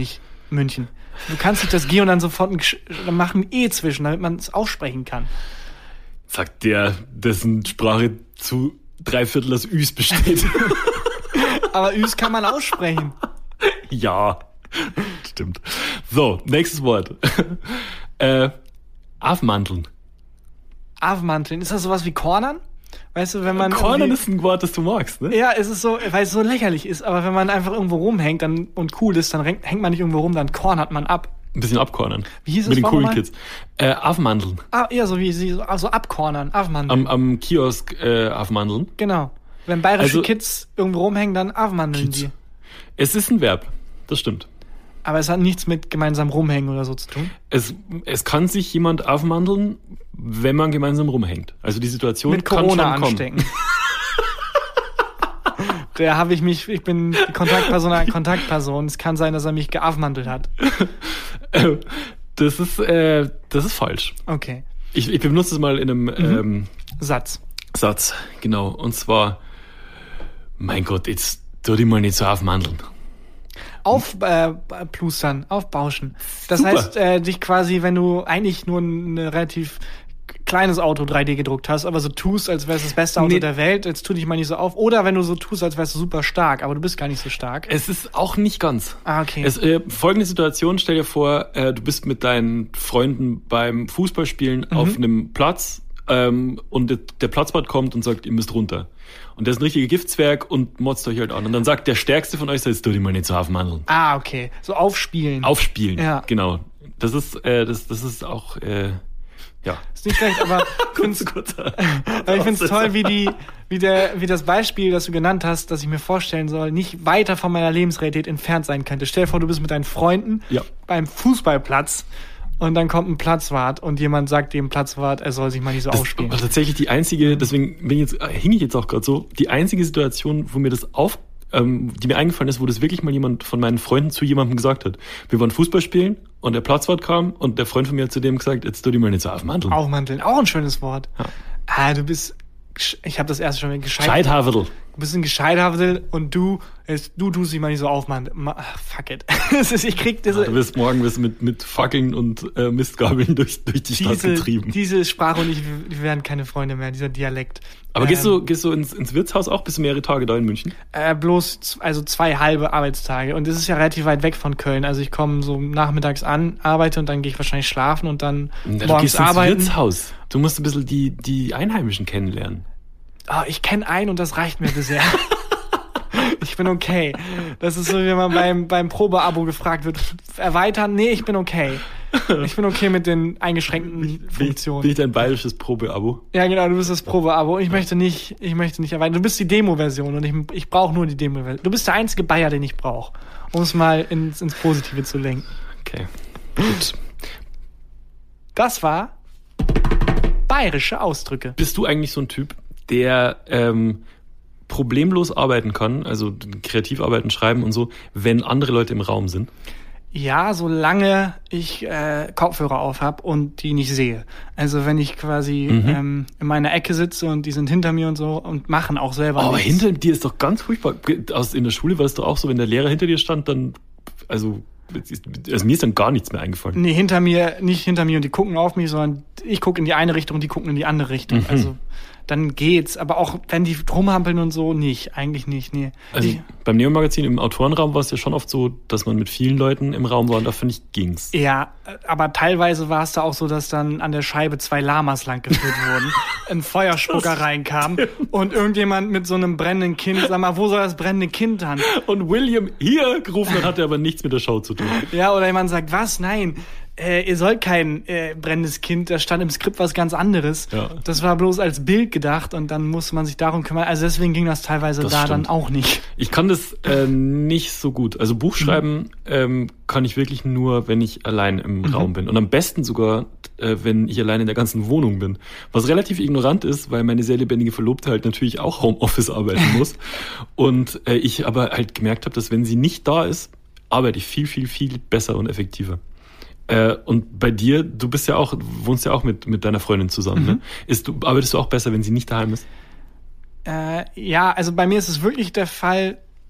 Speaker 1: München. Du kannst nicht das G und dann sofort ein, Gesch- dann machen ein E zwischen, damit man es aussprechen kann.
Speaker 2: Sagt der, dessen Sprache zu drei Viertel aus Üs besteht.
Speaker 1: Aber Üs kann man aussprechen.
Speaker 2: Ja, stimmt. So, nächstes Wort. äh, Aufmanteln.
Speaker 1: Aufmanteln. Ist das sowas wie Cornern? Weißt du, wenn man...
Speaker 2: Cornern
Speaker 1: irgendwie-
Speaker 2: ist ein Wort, das du magst, ne?
Speaker 1: Ja, es ist so, weil es so lächerlich ist, aber wenn man einfach irgendwo rumhängt dann, und cool ist, dann renkt- hängt man nicht irgendwo rum, dann cornert man ab.
Speaker 2: Ein bisschen abcornern.
Speaker 1: Wie hieß es
Speaker 2: Mit den
Speaker 1: vorher
Speaker 2: coolen
Speaker 1: mal?
Speaker 2: Kids. Äh, Aufmanteln.
Speaker 1: Ah, eher so wie sie, so also abcornern, aufmandeln.
Speaker 2: Am, am Kiosk äh, aufmanteln.
Speaker 1: Genau. Wenn bayerische
Speaker 2: Also-
Speaker 1: Kids irgendwo rumhängen, dann aufmandeln
Speaker 2: Kids.
Speaker 1: die.
Speaker 2: Es ist ein Verb, das stimmt.
Speaker 1: Aber es hat nichts mit gemeinsam rumhängen oder so zu tun.
Speaker 2: Es, es kann sich jemand aufmanteln, wenn man gemeinsam rumhängt. Also die Situation
Speaker 1: Mit
Speaker 2: kann
Speaker 1: Corona
Speaker 2: schon kommen.
Speaker 1: anstecken. Da habe ich mich, ich bin die Kontaktperson einer Kontaktperson. Es kann sein, dass er mich geaufmantelt hat.
Speaker 2: Äh, Das ist, äh, das ist falsch.
Speaker 1: Okay.
Speaker 2: Ich, ich benutze es mal in einem ähm,
Speaker 1: Satz.
Speaker 2: Satz, genau. Und zwar, mein Gott, jetzt tu dich mal nicht so aufmanteln.
Speaker 1: Auf äh, plustern, aufbauschen. Das
Speaker 2: Super.
Speaker 1: heißt, äh, dich quasi, wenn du eigentlich nur ein relativ kleines Auto drei D gedruckt hast, aber so tust, als wär's das beste Auto
Speaker 2: Nee.
Speaker 1: der Welt, jetzt tu dich mal nicht so auf. Oder wenn du so tust, als wärst du super stark, aber du bist gar nicht so stark.
Speaker 2: Es ist auch nicht ganz.
Speaker 1: Ah, okay.
Speaker 2: Es, äh, folgende Situation, stell dir vor, äh, du bist mit deinen Freunden beim Fußballspielen
Speaker 1: Mhm.
Speaker 2: auf einem Platz ähm, und der, der Platzwart kommt und sagt, ihr müsst runter. Und der ist ein richtiger Giftzwerg und motzt euch halt an. Und dann sagt der Stärkste von euch, jetzt tu dich mal nicht so aufmanteln.
Speaker 1: Ah, okay. So aufspielen.
Speaker 2: Aufspielen,
Speaker 1: Ja.
Speaker 2: genau. Das ist, äh, das, das ist auch, äh, ja.
Speaker 1: Ist nicht schlecht, aber ich find's,
Speaker 2: kurzer.
Speaker 1: aber ich find's toll, wie die, wie der, wie das Beispiel, das du genannt hast, das ich mir vorstellen soll, nicht weiter von meiner Lebensrealität entfernt sein könnte. Stell dir vor, du bist mit deinen Freunden
Speaker 2: Ja.
Speaker 1: beim Fußballplatz und dann kommt ein Platzwart und jemand sagt dem Platzwart, er soll sich mal nicht so
Speaker 2: Das
Speaker 1: aufspielen.
Speaker 2: war tatsächlich die einzige, deswegen bin ich jetzt, äh, hing ich jetzt auch gerade so, die einzige Situation, wo mir das auf, ähm, die mir eingefallen ist, wo das wirklich mal jemand von meinen Freunden zu jemandem gesagt hat. Wir waren Fußball spielen und der Platzwart kam und der Freund von mir hat zu dem gesagt, jetzt tu die mal nicht so aufmanteln.
Speaker 1: Aufmanteln, auch ein schönes Wort.
Speaker 2: Ja.
Speaker 1: Ah, du bist, gesch- ich habe das erste schon gescheit.
Speaker 2: Scheithavedel.
Speaker 1: Du bist ein Gescheithaftel und du, jetzt, du tust dich mal nicht so aufmanteln. Ma- ach, Fuck it. Das ist, ich krieg diese,
Speaker 2: Ja, du wirst morgen wirst mit, mit Fackeln und äh, Mistgabeln durch, durch die Stadt
Speaker 1: diese,
Speaker 2: getrieben.
Speaker 1: diese Sprache und ich, wir werden keine Freunde mehr, dieser Dialekt.
Speaker 2: Aber
Speaker 1: ähm,
Speaker 2: gehst du, gehst du ins, ins Wirtshaus auch? Bist du mehrere Tage da in München?
Speaker 1: Äh, bloß z- also zwei halbe Arbeitstage. Und das ist ja relativ weit weg von Köln. Also ich komme so nachmittags an, arbeite und dann gehe ich wahrscheinlich schlafen und dann
Speaker 2: Ja, du
Speaker 1: morgens
Speaker 2: gehst ins
Speaker 1: arbeiten.
Speaker 2: Wirtshaus. Du musst ein bisschen die, die Einheimischen kennenlernen.
Speaker 1: Oh, ich kenne einen und das reicht mir bisher. Ich bin okay. Das ist so, wie man beim, beim Probeabo gefragt wird, erweitern? Nee, ich bin okay. Ich bin okay mit den eingeschränkten
Speaker 2: Bin ich,
Speaker 1: Funktionen.
Speaker 2: bin ich dein bayerisches Probeabo?
Speaker 1: Ja, genau, du bist das Probeabo. Ich möchte nicht, ich möchte nicht erweitern. Du bist die Demo-Version und ich, ich brauche nur die Demo-Version. Du bist der einzige Bayer, den ich brauche, um es mal ins, ins Positive zu lenken.
Speaker 2: Okay, gut.
Speaker 1: Das war bayerische Ausdrücke.
Speaker 2: Bist du eigentlich so ein Typ, der ähm, problemlos arbeiten kann, also kreativ arbeiten, schreiben und so, wenn andere Leute im Raum sind?
Speaker 1: Ja, solange ich äh, Kopfhörer auf habe und die nicht sehe. Also wenn ich quasi
Speaker 2: Mhm.
Speaker 1: ähm, in meiner Ecke sitze und die sind hinter mir und so und machen auch selber
Speaker 2: Oh, aber
Speaker 1: nichts.
Speaker 2: hinter dir ist doch ganz furchtbar. Aus, in der Schule war es doch auch so, wenn der Lehrer hinter dir stand, dann, also, also mir ist dann gar nichts mehr eingefallen.
Speaker 1: Nee, hinter mir, nicht hinter mir und die gucken auf mich, sondern ich gucke in die eine Richtung und die gucken in die andere Richtung.
Speaker 2: Mhm.
Speaker 1: Also dann geht's. Aber auch wenn die rumhampeln und so, nicht. Eigentlich nicht, nee.
Speaker 2: Also
Speaker 1: ich,
Speaker 2: beim Neo-Magazin im Autorenraum war es ja schon oft so, dass man mit vielen Leuten im Raum war und da finde ich ging's.
Speaker 1: ja, aber teilweise war es da auch so, dass dann an der Scheibe zwei Lamas lang geführt wurden, ein Feuerspucker reinkam und irgendjemand mit so einem brennenden Kind, sag mal, wo soll das brennende Kind dann?
Speaker 2: Und William hier gerufen hat, hatte aber nichts mit der Show zu tun.
Speaker 1: Ja, oder jemand sagt, was? Nein, äh, ihr sollt kein äh, brennendes Kind, da stand im Skript was ganz anderes.
Speaker 2: Ja.
Speaker 1: Das war bloß als Bild gedacht und dann musste man sich darum kümmern. Also deswegen ging das teilweise
Speaker 2: Das
Speaker 1: da
Speaker 2: stimmt.
Speaker 1: dann auch nicht.
Speaker 2: Ich kann das äh, nicht so gut. Also Buchschreiben
Speaker 1: Mhm.
Speaker 2: ähm, kann ich wirklich nur, wenn ich allein im Raum bin. Und am besten sogar, äh, wenn ich allein in der ganzen Wohnung bin. Was relativ ignorant ist, weil meine sehr lebendige Verlobte halt natürlich auch Homeoffice arbeiten muss. Und äh, ich aber halt gemerkt habe, dass wenn sie nicht da ist, arbeite ich viel, viel, viel besser und effektiver. Äh, und bei dir, du bist ja auch, wohnst ja auch mit, mit deiner Freundin zusammen,
Speaker 1: Mhm.
Speaker 2: ne? Ist, du, arbeitest du auch besser, wenn sie nicht daheim ist?
Speaker 1: Äh, ja, also bei mir ist es wirklich der Fall,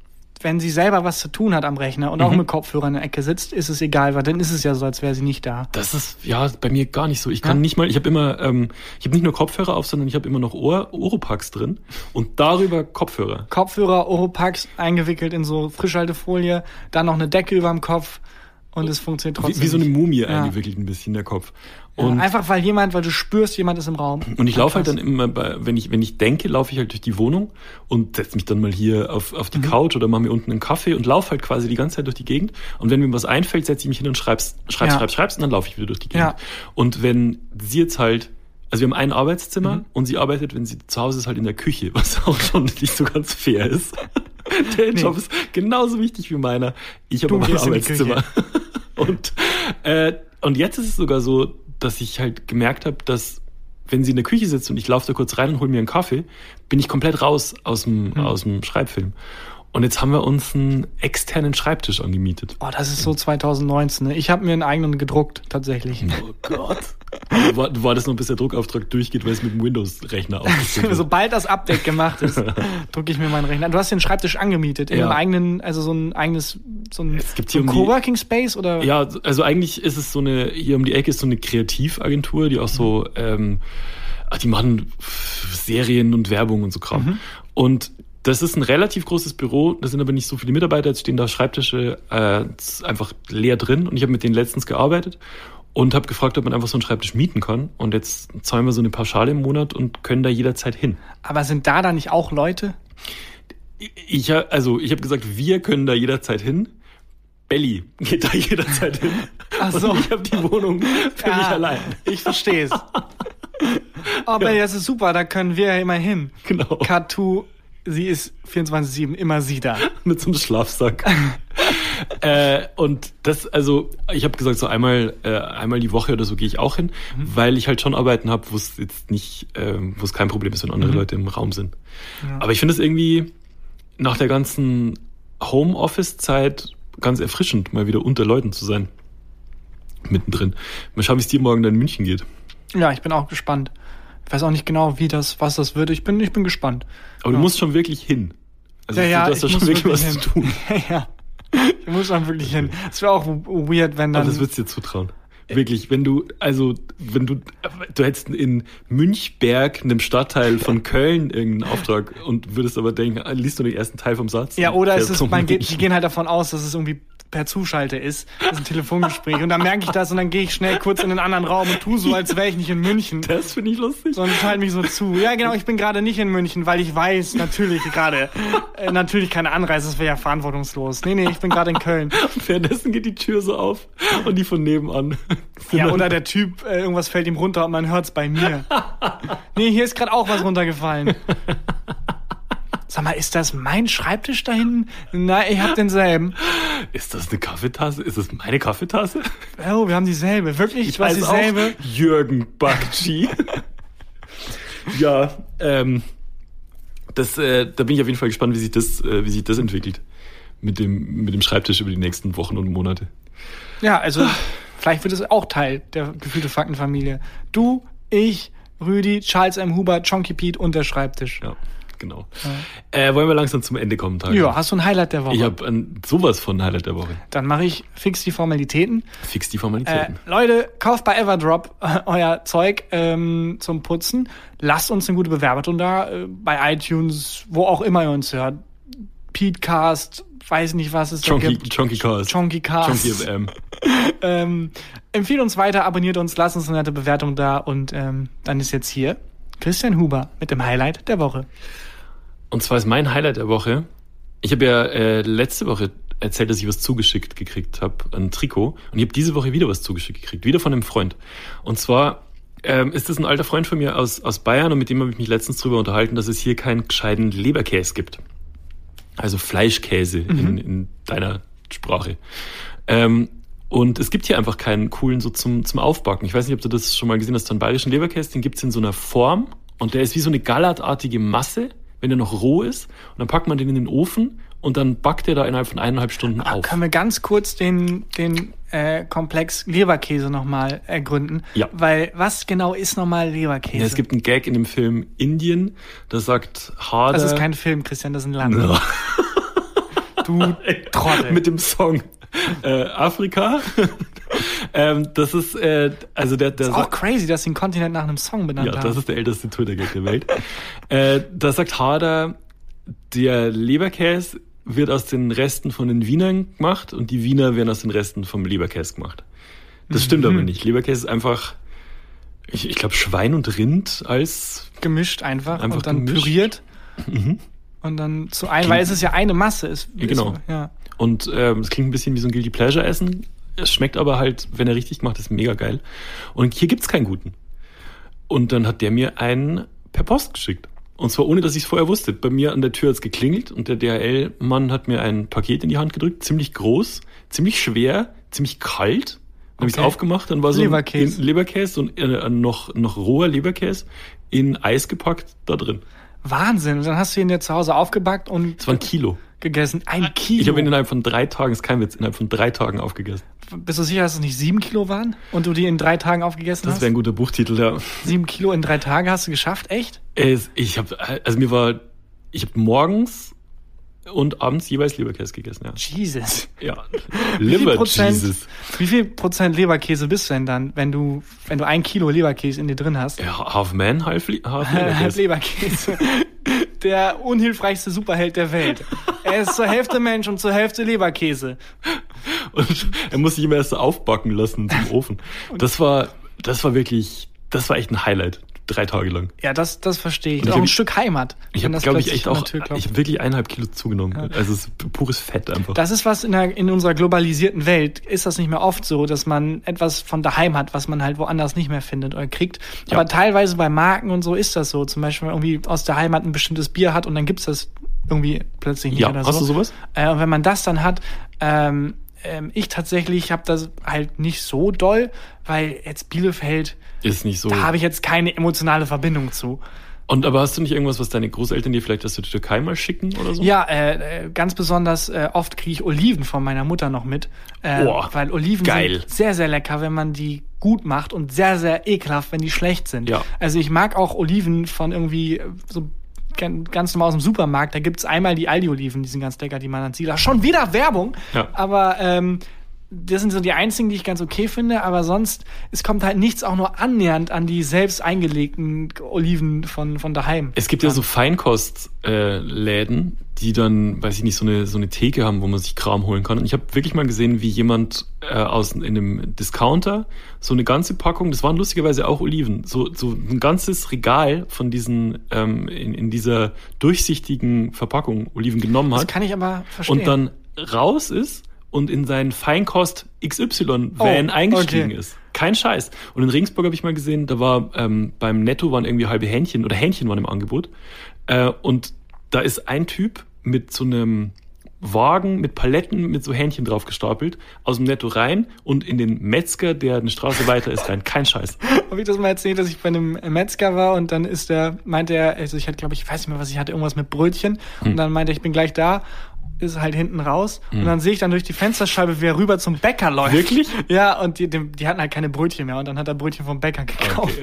Speaker 1: wenn sie selber was zu tun hat am Rechner und
Speaker 2: Mhm.
Speaker 1: auch mit Kopfhörer in der Ecke sitzt, ist es egal, weil dann ist es ja so, als wäre sie nicht da.
Speaker 2: Das ist ja bei mir gar nicht so. Ich kann
Speaker 1: Ja.
Speaker 2: nicht mal, ich habe immer, ähm, ich habe nicht nur Kopfhörer auf, sondern ich habe immer noch Ohr, Oropax drin und darüber Kopfhörer.
Speaker 1: Kopfhörer, Oropax eingewickelt in so Frischhaltefolie, dann noch eine Decke über dem Kopf und es funktioniert
Speaker 2: Wie,
Speaker 1: trotzdem
Speaker 2: wie so eine
Speaker 1: nicht.
Speaker 2: Mumie
Speaker 1: Ja.
Speaker 2: eingewickelt ein bisschen der Kopf.
Speaker 1: Ja,
Speaker 2: Und
Speaker 1: einfach weil jemand, weil du spürst, jemand ist im Raum.
Speaker 2: Und ich laufe halt
Speaker 1: Krass.
Speaker 2: dann immer, bei, wenn ich wenn ich denke, laufe ich halt durch die Wohnung und setze mich dann mal hier auf, auf die
Speaker 1: Mhm.
Speaker 2: Couch oder mache mir unten einen Kaffee und laufe halt quasi die ganze Zeit durch die Gegend. Und wenn mir was einfällt, setze ich mich hin und schreib's, schreib's,
Speaker 1: Ja.
Speaker 2: schreib's, schreib's und dann laufe ich wieder durch die Gegend.
Speaker 1: Ja.
Speaker 2: Und wenn sie jetzt halt, also wir haben ein Arbeitszimmer
Speaker 1: Mhm.
Speaker 2: und sie arbeitet, wenn sie zu Hause ist, halt in der Küche, was auch schon nicht so ganz fair ist. Der
Speaker 1: Nee.
Speaker 2: Job ist genauso wichtig wie meiner. Ich habe
Speaker 1: Du
Speaker 2: aber ein
Speaker 1: gehst in die
Speaker 2: Arbeitszimmer. Und, äh, und jetzt ist es sogar so, dass ich halt gemerkt habe, dass wenn sie in der Küche sitzt und ich laufe da kurz rein und hole mir einen Kaffee, bin ich komplett raus aus dem,
Speaker 1: Hm.
Speaker 2: aus dem Schreibfilm. Und jetzt haben wir uns einen externen Schreibtisch angemietet.
Speaker 1: Oh, das ist so zwanzig neunzehn. Ne? Ich habe mir einen eigenen gedruckt, tatsächlich.
Speaker 2: Oh Gott. War, war das noch, bis der Druckauftrag durchgeht, weil es mit dem Windows-Rechner aufgeführt wird?
Speaker 1: Sobald das Update gemacht ist, drücke ich mir meinen Rechner. Du hast den Schreibtisch angemietet in
Speaker 2: Ja.
Speaker 1: einem eigenen, also so ein eigenes, so ein,
Speaker 2: Es gibt
Speaker 1: so
Speaker 2: hier
Speaker 1: ein
Speaker 2: um die-
Speaker 1: Coworking Space oder?
Speaker 2: Ja, also eigentlich ist es so eine, hier um die Ecke ist so eine Kreativagentur, die auch so, ähm, ach, die machen Serien und Werbung und so Kram.
Speaker 1: Mhm.
Speaker 2: Und das ist ein relativ großes Büro, da sind aber nicht so viele Mitarbeiter, jetzt stehen da Schreibtische äh, einfach leer drin und ich habe mit denen letztens gearbeitet und habe gefragt, ob man einfach so einen Schreibtisch mieten kann und jetzt zahlen wir so eine Pauschale im Monat und können da jederzeit hin.
Speaker 1: Aber sind da dann nicht auch Leute?
Speaker 2: Ich, ha- also ich habe gesagt, wir können da jederzeit hin. Belly geht da jederzeit hin.
Speaker 1: Ach so.
Speaker 2: Und ich habe die Wohnung für mich allein.
Speaker 1: Ich verstehe es. Oh, Belly, das ist super, da können wir ja immer hin.
Speaker 2: Genau.
Speaker 1: Cut to, sie ist vierundzwanzig sieben, immer sie da.
Speaker 2: Mit so einem Schlafsack. äh, und das, also ich habe gesagt, so einmal äh, einmal die Woche oder so gehe ich auch hin,
Speaker 1: Mhm.
Speaker 2: weil ich halt schon Arbeiten habe, wo es jetzt nicht, ähm, wo es kein Problem ist, wenn andere
Speaker 1: Mhm.
Speaker 2: Leute im Raum sind.
Speaker 1: Ja.
Speaker 2: Aber ich finde es irgendwie nach der ganzen Homeoffice-Zeit ganz erfrischend, mal wieder unter Leuten zu sein. Mittendrin. Mal schauen, wie es dir morgen dann in München geht.
Speaker 1: Ja, ich bin auch gespannt. Ich weiß auch nicht genau, wie das, was das wird. Ich bin, ich bin gespannt.
Speaker 2: Aber du
Speaker 1: Ja.
Speaker 2: musst schon wirklich hin. Also
Speaker 1: Ja, ja,
Speaker 2: du hast da
Speaker 1: ich
Speaker 2: schon
Speaker 1: muss
Speaker 2: wirklich was
Speaker 1: wirklich
Speaker 2: zu tun.
Speaker 1: ja. Ich muss dann wirklich hin. Es wäre auch weird, wenn dann.
Speaker 2: Aber das würdest du dir zutrauen. Wirklich, wenn du, also, wenn du, du hättest in Münchberg, einem Stadtteil von Köln, irgendeinen Auftrag und würdest aber denken, ah, liest du den ersten Teil vom Satz?
Speaker 1: Ja, oder
Speaker 2: Der
Speaker 1: es ist,
Speaker 2: zum
Speaker 1: man geht, die
Speaker 2: München.
Speaker 1: gehen halt davon aus, dass es irgendwie per Zuschalte ist. Das ist ein Telefongespräch. Und dann merke ich das und dann gehe ich schnell kurz in einen anderen Raum und tu so, als wäre ich nicht in München.
Speaker 2: Das finde ich lustig.
Speaker 1: Sondern schalte mich so zu. Ja, genau, ich bin gerade nicht in München, weil ich weiß, natürlich gerade, äh, natürlich keine Anreise, das wäre ja verantwortungslos. Nee, nee, ich bin gerade in Köln.
Speaker 2: Und währenddessen geht die Tür so auf und die von nebenan.
Speaker 1: Ja, oder der Typ, äh, irgendwas fällt ihm runter und man hört's bei mir. Nee, hier ist gerade auch was runtergefallen. Sag mal, ist das mein Schreibtisch da hinten? Nein, ich hab denselben.
Speaker 2: Ist das eine Kaffeetasse? Ist das meine Kaffeetasse?
Speaker 1: Oh, wir haben dieselbe. Wirklich? Ich weiß dieselbe.
Speaker 2: Auch. Jürgen Bakci. Ja, ähm, das, äh, da bin ich auf jeden Fall gespannt, wie sich das, äh, wie sich das entwickelt. Mit dem, mit dem Schreibtisch über die nächsten Wochen und Monate.
Speaker 1: Ja, also vielleicht wird es auch Teil der gefühlte Faktenfamilie. Du, ich, Rüdi, Charles M. Huber, Chonky Pete und der Schreibtisch.
Speaker 2: Ja, genau. Ja. Äh, wollen wir langsam zum Ende kommen, Tag?
Speaker 1: Ja, hast du ein Highlight der Woche?
Speaker 2: Ich habe ein sowas von Highlight der Woche.
Speaker 1: Dann mache ich fix die Formalitäten.
Speaker 2: Fix die
Speaker 1: Äh,
Speaker 2: Formalitäten.
Speaker 1: Leute, kauft bei Everdrop äh, euer Zeug ähm, zum Putzen. Lasst uns eine gute Bewertung da, äh, bei iTunes, wo auch immer ihr uns hört. Petecast, weiß nicht, was es da
Speaker 2: Chonky,
Speaker 1: gibt.
Speaker 2: Chonky Cast.
Speaker 1: Chonky Cast.
Speaker 2: Chonky F M.
Speaker 1: ähm, empfiehlt uns weiter, abonniert uns, lasst uns eine nette Bewertung da und ähm, dann ist jetzt hier Christian Huber mit dem Highlight der Woche.
Speaker 2: Und zwar ist mein Highlight der Woche, ich habe ja äh, letzte Woche erzählt, dass ich was zugeschickt gekriegt habe, ein Trikot. Und ich habe diese Woche wieder was zugeschickt gekriegt, wieder von einem Freund. Und zwar ähm, ist das ein alter Freund von mir aus, aus Bayern und mit dem habe ich mich letztens drüber unterhalten, dass es hier keinen gescheiten Leberkäse gibt. Also Fleischkäse mhm. in, in deiner Sprache. Ähm, und es gibt hier einfach keinen coolen so zum, zum Aufbacken. Ich weiß nicht, ob du das schon mal gesehen hast, so einen bayerischen Leberkäse, den gibt's in so einer Form und der ist wie so eine gallertartige Masse, wenn der noch roh ist. Und dann packt man den in den Ofen und dann backt der da innerhalb von eineinhalb Stunden
Speaker 1: Ah,
Speaker 2: auf.
Speaker 1: können wir ganz kurz den, den äh, Komplex Leberkäse nochmal ergründen?
Speaker 2: Ja.
Speaker 1: Weil was genau ist nochmal Leberkäse?
Speaker 2: Ja, es gibt einen Gag in dem Film Indien, da sagt Harder...
Speaker 1: Das ist kein Film, Christian, das ist ein Land.
Speaker 2: Ja.
Speaker 1: Du Du Trottel.
Speaker 2: Mit dem Song äh, Afrika. ähm, das ist, äh, also der, der
Speaker 1: Das ist auch crazy, dass sie den Kontinent nach einem Song benannt
Speaker 2: ja,
Speaker 1: haben.
Speaker 2: das ist der älteste Twitter-Gag der Welt. äh, da sagt Harder, der Leberkäse wird aus den Resten von den Wienern gemacht und die Wiener werden aus den Resten vom Leberkäse gemacht. Das stimmt
Speaker 1: Mhm.
Speaker 2: aber nicht. Leberkäse ist einfach, ich, ich glaube, Schwein und Rind als
Speaker 1: Gemischt einfach,
Speaker 2: Einfach
Speaker 1: und dann
Speaker 2: gemischt.
Speaker 1: püriert
Speaker 2: mhm.
Speaker 1: und dann zu ein, weil es ist ja eine Masse. Ist,
Speaker 2: Ja, genau.
Speaker 1: Ist, ja.
Speaker 2: Und ähm, es klingt ein bisschen wie so ein Guilty Pleasure Essen. Es schmeckt aber halt, wenn er richtig macht, ist mega geil. Und hier gibt's keinen guten. Und dann hat der mir einen per Post geschickt. Und zwar ohne, dass ich es vorher wusste. Bei mir an der Tür hat's geklingelt und der D H L-Mann hat mir ein Paket in die Hand gedrückt. Ziemlich groß, ziemlich schwer, ziemlich kalt. Dann habe ich es
Speaker 1: Okay.
Speaker 2: aufgemacht, dann war so
Speaker 1: Leberkäse.
Speaker 2: ein Leberkäse und äh, noch, noch roher Leberkäse in Eis gepackt da drin.
Speaker 1: Wahnsinn. Und dann hast du ihn dir zu Hause aufgebackt und
Speaker 2: Das war ein Kilo.
Speaker 1: gegessen. Ein Kilo.
Speaker 2: Ich habe ihn innerhalb von drei Tagen, ist kein Witz, innerhalb von drei Tagen aufgegessen.
Speaker 1: Bist du sicher, dass es nicht sieben Kilo waren und du die in drei Tagen aufgegessen
Speaker 2: Das
Speaker 1: hast?
Speaker 2: wäre ein guter Buchtitel, ja.
Speaker 1: Sieben Kilo in drei Tagen hast du geschafft? Echt?
Speaker 2: Es, ich habe, also mir war, ich habe morgens und abends jeweils Leberkäse gegessen, ja.
Speaker 1: Jesus.
Speaker 2: Ja,
Speaker 1: Wie viel
Speaker 2: Liver
Speaker 1: Prozent,
Speaker 2: Jesus.
Speaker 1: wie viel Prozent Leberkäse bist du denn dann, wenn du, wenn du ein Kilo Leberkäse in dir drin hast?
Speaker 2: Ja, half man, half, Le- half
Speaker 1: Halb
Speaker 2: Leberkäse.
Speaker 1: Leberkäse. Der unhilfreichste Superheld der Welt. Er ist zur Hälfte Mensch und zur Hälfte Leberkäse.
Speaker 2: Und er muss sich immer erst so aufbacken lassen zum Ofen. Das war, das war wirklich, das war echt ein Highlight. Drei Tage lang.
Speaker 1: Ja, das, das verstehe ich.
Speaker 2: Und ich
Speaker 1: Auch
Speaker 2: hab-
Speaker 1: ein Stück Heimat.
Speaker 2: Ich
Speaker 1: wenn
Speaker 2: habe,
Speaker 1: das
Speaker 2: glaube ich,
Speaker 1: plötzlich
Speaker 2: echt
Speaker 1: an der
Speaker 2: auch,
Speaker 1: Tür klopft.
Speaker 2: ich habe wirklich eineinhalb Kilo zugenommen. Also es ist pures Fett einfach.
Speaker 1: Das ist was in, der, in unserer globalisierten Welt, ist das nicht mehr oft so, dass man etwas von daheim hat, was man halt woanders nicht mehr findet oder kriegt.
Speaker 2: Ja.
Speaker 1: Aber teilweise bei Marken und so ist das so. Zum Beispiel, wenn man irgendwie aus der Heimat ein bestimmtes Bier hat und dann gibt's das irgendwie plötzlich nicht
Speaker 2: Ja,
Speaker 1: oder so.
Speaker 2: hast du sowas?
Speaker 1: Äh, und wenn man das dann hat, ähm, ähm, ich tatsächlich habe das halt nicht so doll, weil jetzt Bielefeld,
Speaker 2: Ist nicht so.
Speaker 1: da habe ich jetzt keine emotionale Verbindung zu.
Speaker 2: Und aber hast du nicht irgendwas, was deine Großeltern dir vielleicht aus der Türkei mal schicken oder so?
Speaker 1: Ja, äh, äh, ganz besonders äh, oft kriege ich Oliven von meiner Mutter noch mit. Äh,
Speaker 2: Boah,
Speaker 1: weil Oliven
Speaker 2: geil.
Speaker 1: sind sehr, sehr lecker, wenn man die gut macht und sehr, sehr ekelhaft, wenn die schlecht sind.
Speaker 2: Ja.
Speaker 1: Also ich mag auch Oliven von irgendwie äh, so gan- ganz normal aus dem Supermarkt. Da gibt's einmal die Aldi-Oliven, die sind ganz lecker, die man an Sila. Schon wieder Werbung,
Speaker 2: Ja.
Speaker 1: aber ähm, das sind so die einzigen, die ich ganz okay finde, aber sonst, es kommt halt nichts auch nur annähernd an die selbst eingelegten Oliven von, von daheim.
Speaker 2: Es gibt ja so Feinkostläden, die dann, weiß ich nicht, so eine so eine Theke haben, wo man sich Kram holen kann. Und ich habe wirklich mal gesehen, wie jemand äh, aus in einem Discounter so eine ganze Packung, das waren lustigerweise auch Oliven, so so ein ganzes Regal von diesen ähm, in, in dieser durchsichtigen Verpackung Oliven genommen
Speaker 1: Das
Speaker 2: hat
Speaker 1: kann ich aber verstehen.
Speaker 2: und dann raus ist und in seinen Feinkost X Y-Van
Speaker 1: Oh,
Speaker 2: eingestiegen
Speaker 1: okay.
Speaker 2: ist. Kein Scheiß. Und in Regensburg habe ich mal gesehen, da war ähm, beim Netto waren irgendwie halbe Hähnchen oder Hähnchen waren im Angebot. Äh, und da ist ein Typ mit so einem Wagen mit Paletten mit so Hähnchen drauf gestapelt, aus dem Netto rein und in den Metzger, der eine Straße weiter ist, rein. Kein Scheiß.
Speaker 1: Habe ich das mal erzählt, dass ich bei einem Metzger war und dann ist der, meinte er, also ich hatte, glaube ich, ich weiß nicht mehr, was ich hatte, irgendwas mit Brötchen
Speaker 2: Hm.
Speaker 1: und dann meinte er, ich bin gleich da, ist halt hinten raus und dann sehe ich dann durch die Fensterscheibe, wie er rüber zum Bäcker läuft.
Speaker 2: Wirklich?
Speaker 1: Ja, und die, die, die hatten halt keine Brötchen mehr und dann hat er Brötchen vom Bäcker gekauft.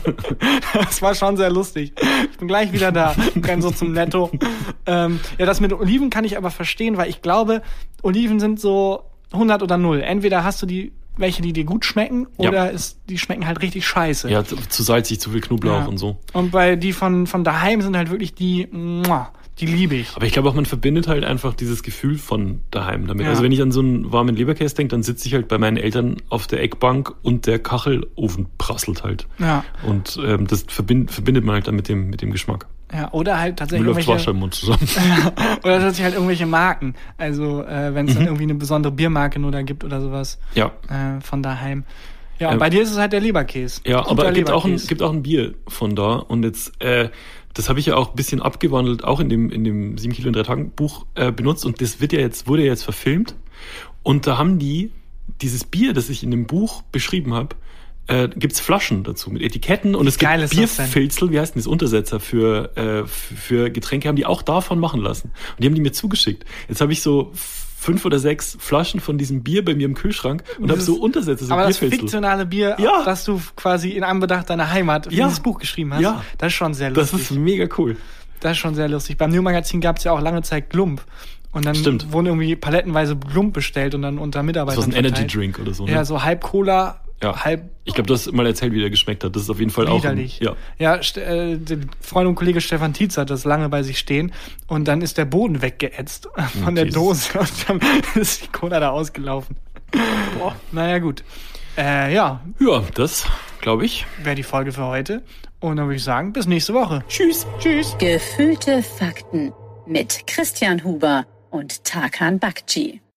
Speaker 1: Das war schon sehr lustig. Ich bin gleich wieder da, renn so zum Netto. Ähm, ja, das mit Oliven kann ich aber verstehen, weil ich glaube, Oliven sind so hundert oder null. Entweder hast du die welche, die dir gut schmecken,
Speaker 2: Ja.
Speaker 1: oder ist, die schmecken halt richtig scheiße.
Speaker 2: Ja, zu, zu salzig, zu viel Knoblauch
Speaker 1: Ja.
Speaker 2: und so.
Speaker 1: Und bei die von, von daheim sind halt wirklich die, muah, die liebe ich.
Speaker 2: Aber ich glaube auch, man verbindet halt einfach dieses Gefühl von daheim damit.
Speaker 1: Ja.
Speaker 2: Also wenn ich an so einen warmen Leberkäse denke, dann sitze ich halt bei meinen Eltern auf der Eckbank und der Kachelofen prasselt halt.
Speaker 1: Ja.
Speaker 2: Und ähm, das verbind, verbindet man halt dann mit dem, mit dem Geschmack.
Speaker 1: Ja, oder halt
Speaker 2: Mir
Speaker 1: tatsächlich
Speaker 2: läuft
Speaker 1: irgendwelche,
Speaker 2: Wasser im Mund zusammen.
Speaker 1: oder tatsächlich halt irgendwelche Marken. Also, äh, wenn es
Speaker 2: Mhm.
Speaker 1: dann irgendwie eine besondere Biermarke nur da gibt oder sowas,
Speaker 2: Ja.
Speaker 1: äh, von daheim. Ja, und
Speaker 2: Ähm,
Speaker 1: bei dir ist es halt der Leberkäse.
Speaker 2: Ja,
Speaker 1: Guter
Speaker 2: aber es gibt auch, ein,
Speaker 1: Leberkäse.
Speaker 2: gibt auch ein Bier von da. Und jetzt, äh, das habe ich ja auch ein bisschen abgewandelt, auch in dem, in dem sieben Kilo in drei Tagen Buch äh, benutzt. Und das wird ja jetzt, wurde ja jetzt verfilmt. Und da haben die dieses Bier, das ich in dem Buch beschrieben habe, äh, gibt's Flaschen dazu mit Etiketten und es gibt
Speaker 1: geil ist das denn?
Speaker 2: Bierfilzel, wie heißt denn das, Untersetzer für, äh, für, für Getränke, haben die auch davon machen lassen. Und die haben die mir zugeschickt. Jetzt habe ich so fünf oder sechs Flaschen von diesem Bier bei mir im Kühlschrank und habe
Speaker 1: Das
Speaker 2: so
Speaker 1: ist-
Speaker 2: Untersetzer, so
Speaker 1: Aber das
Speaker 2: Bierfilzel.
Speaker 1: fiktionale Bier,
Speaker 2: Ja.
Speaker 1: das du quasi in Anbedacht deiner Heimat für
Speaker 2: Ja.
Speaker 1: dieses Buch geschrieben hast,
Speaker 2: Ja.
Speaker 1: das ist schon sehr
Speaker 2: Das
Speaker 1: lustig.
Speaker 2: ist mega cool.
Speaker 1: Das ist schon sehr lustig. Beim New Magazin gab es ja auch lange Zeit Glump. Und dann
Speaker 2: Stimmt.
Speaker 1: wurden irgendwie palettenweise Klump bestellt und dann unter Mitarbeitern
Speaker 2: Das war so ein
Speaker 1: verteilt.
Speaker 2: Energy Drink oder so, ne?
Speaker 1: Ja, so halb Cola,
Speaker 2: Ja.
Speaker 1: halb
Speaker 2: Ich glaube, du hast mal erzählt, wie der geschmeckt hat. Das ist auf jeden Fall auch ein,
Speaker 1: widerlich.
Speaker 2: ja.
Speaker 1: Ja, St- äh, der Freund und Kollege Stefan Tietz hat das lange bei sich stehen und dann ist der Boden weggeätzt von der
Speaker 2: Jesus.
Speaker 1: Dose und dann ist die Cola da ausgelaufen.
Speaker 2: Boah.
Speaker 1: Naja, gut. Äh, ja,
Speaker 2: Ja, das glaube ich.
Speaker 1: wäre die Folge für heute. Und dann würde ich sagen, bis nächste Woche. Tschüss. Tschüss.
Speaker 3: Gefühlte Fakten mit Christian Huber und Tarkan Bakci.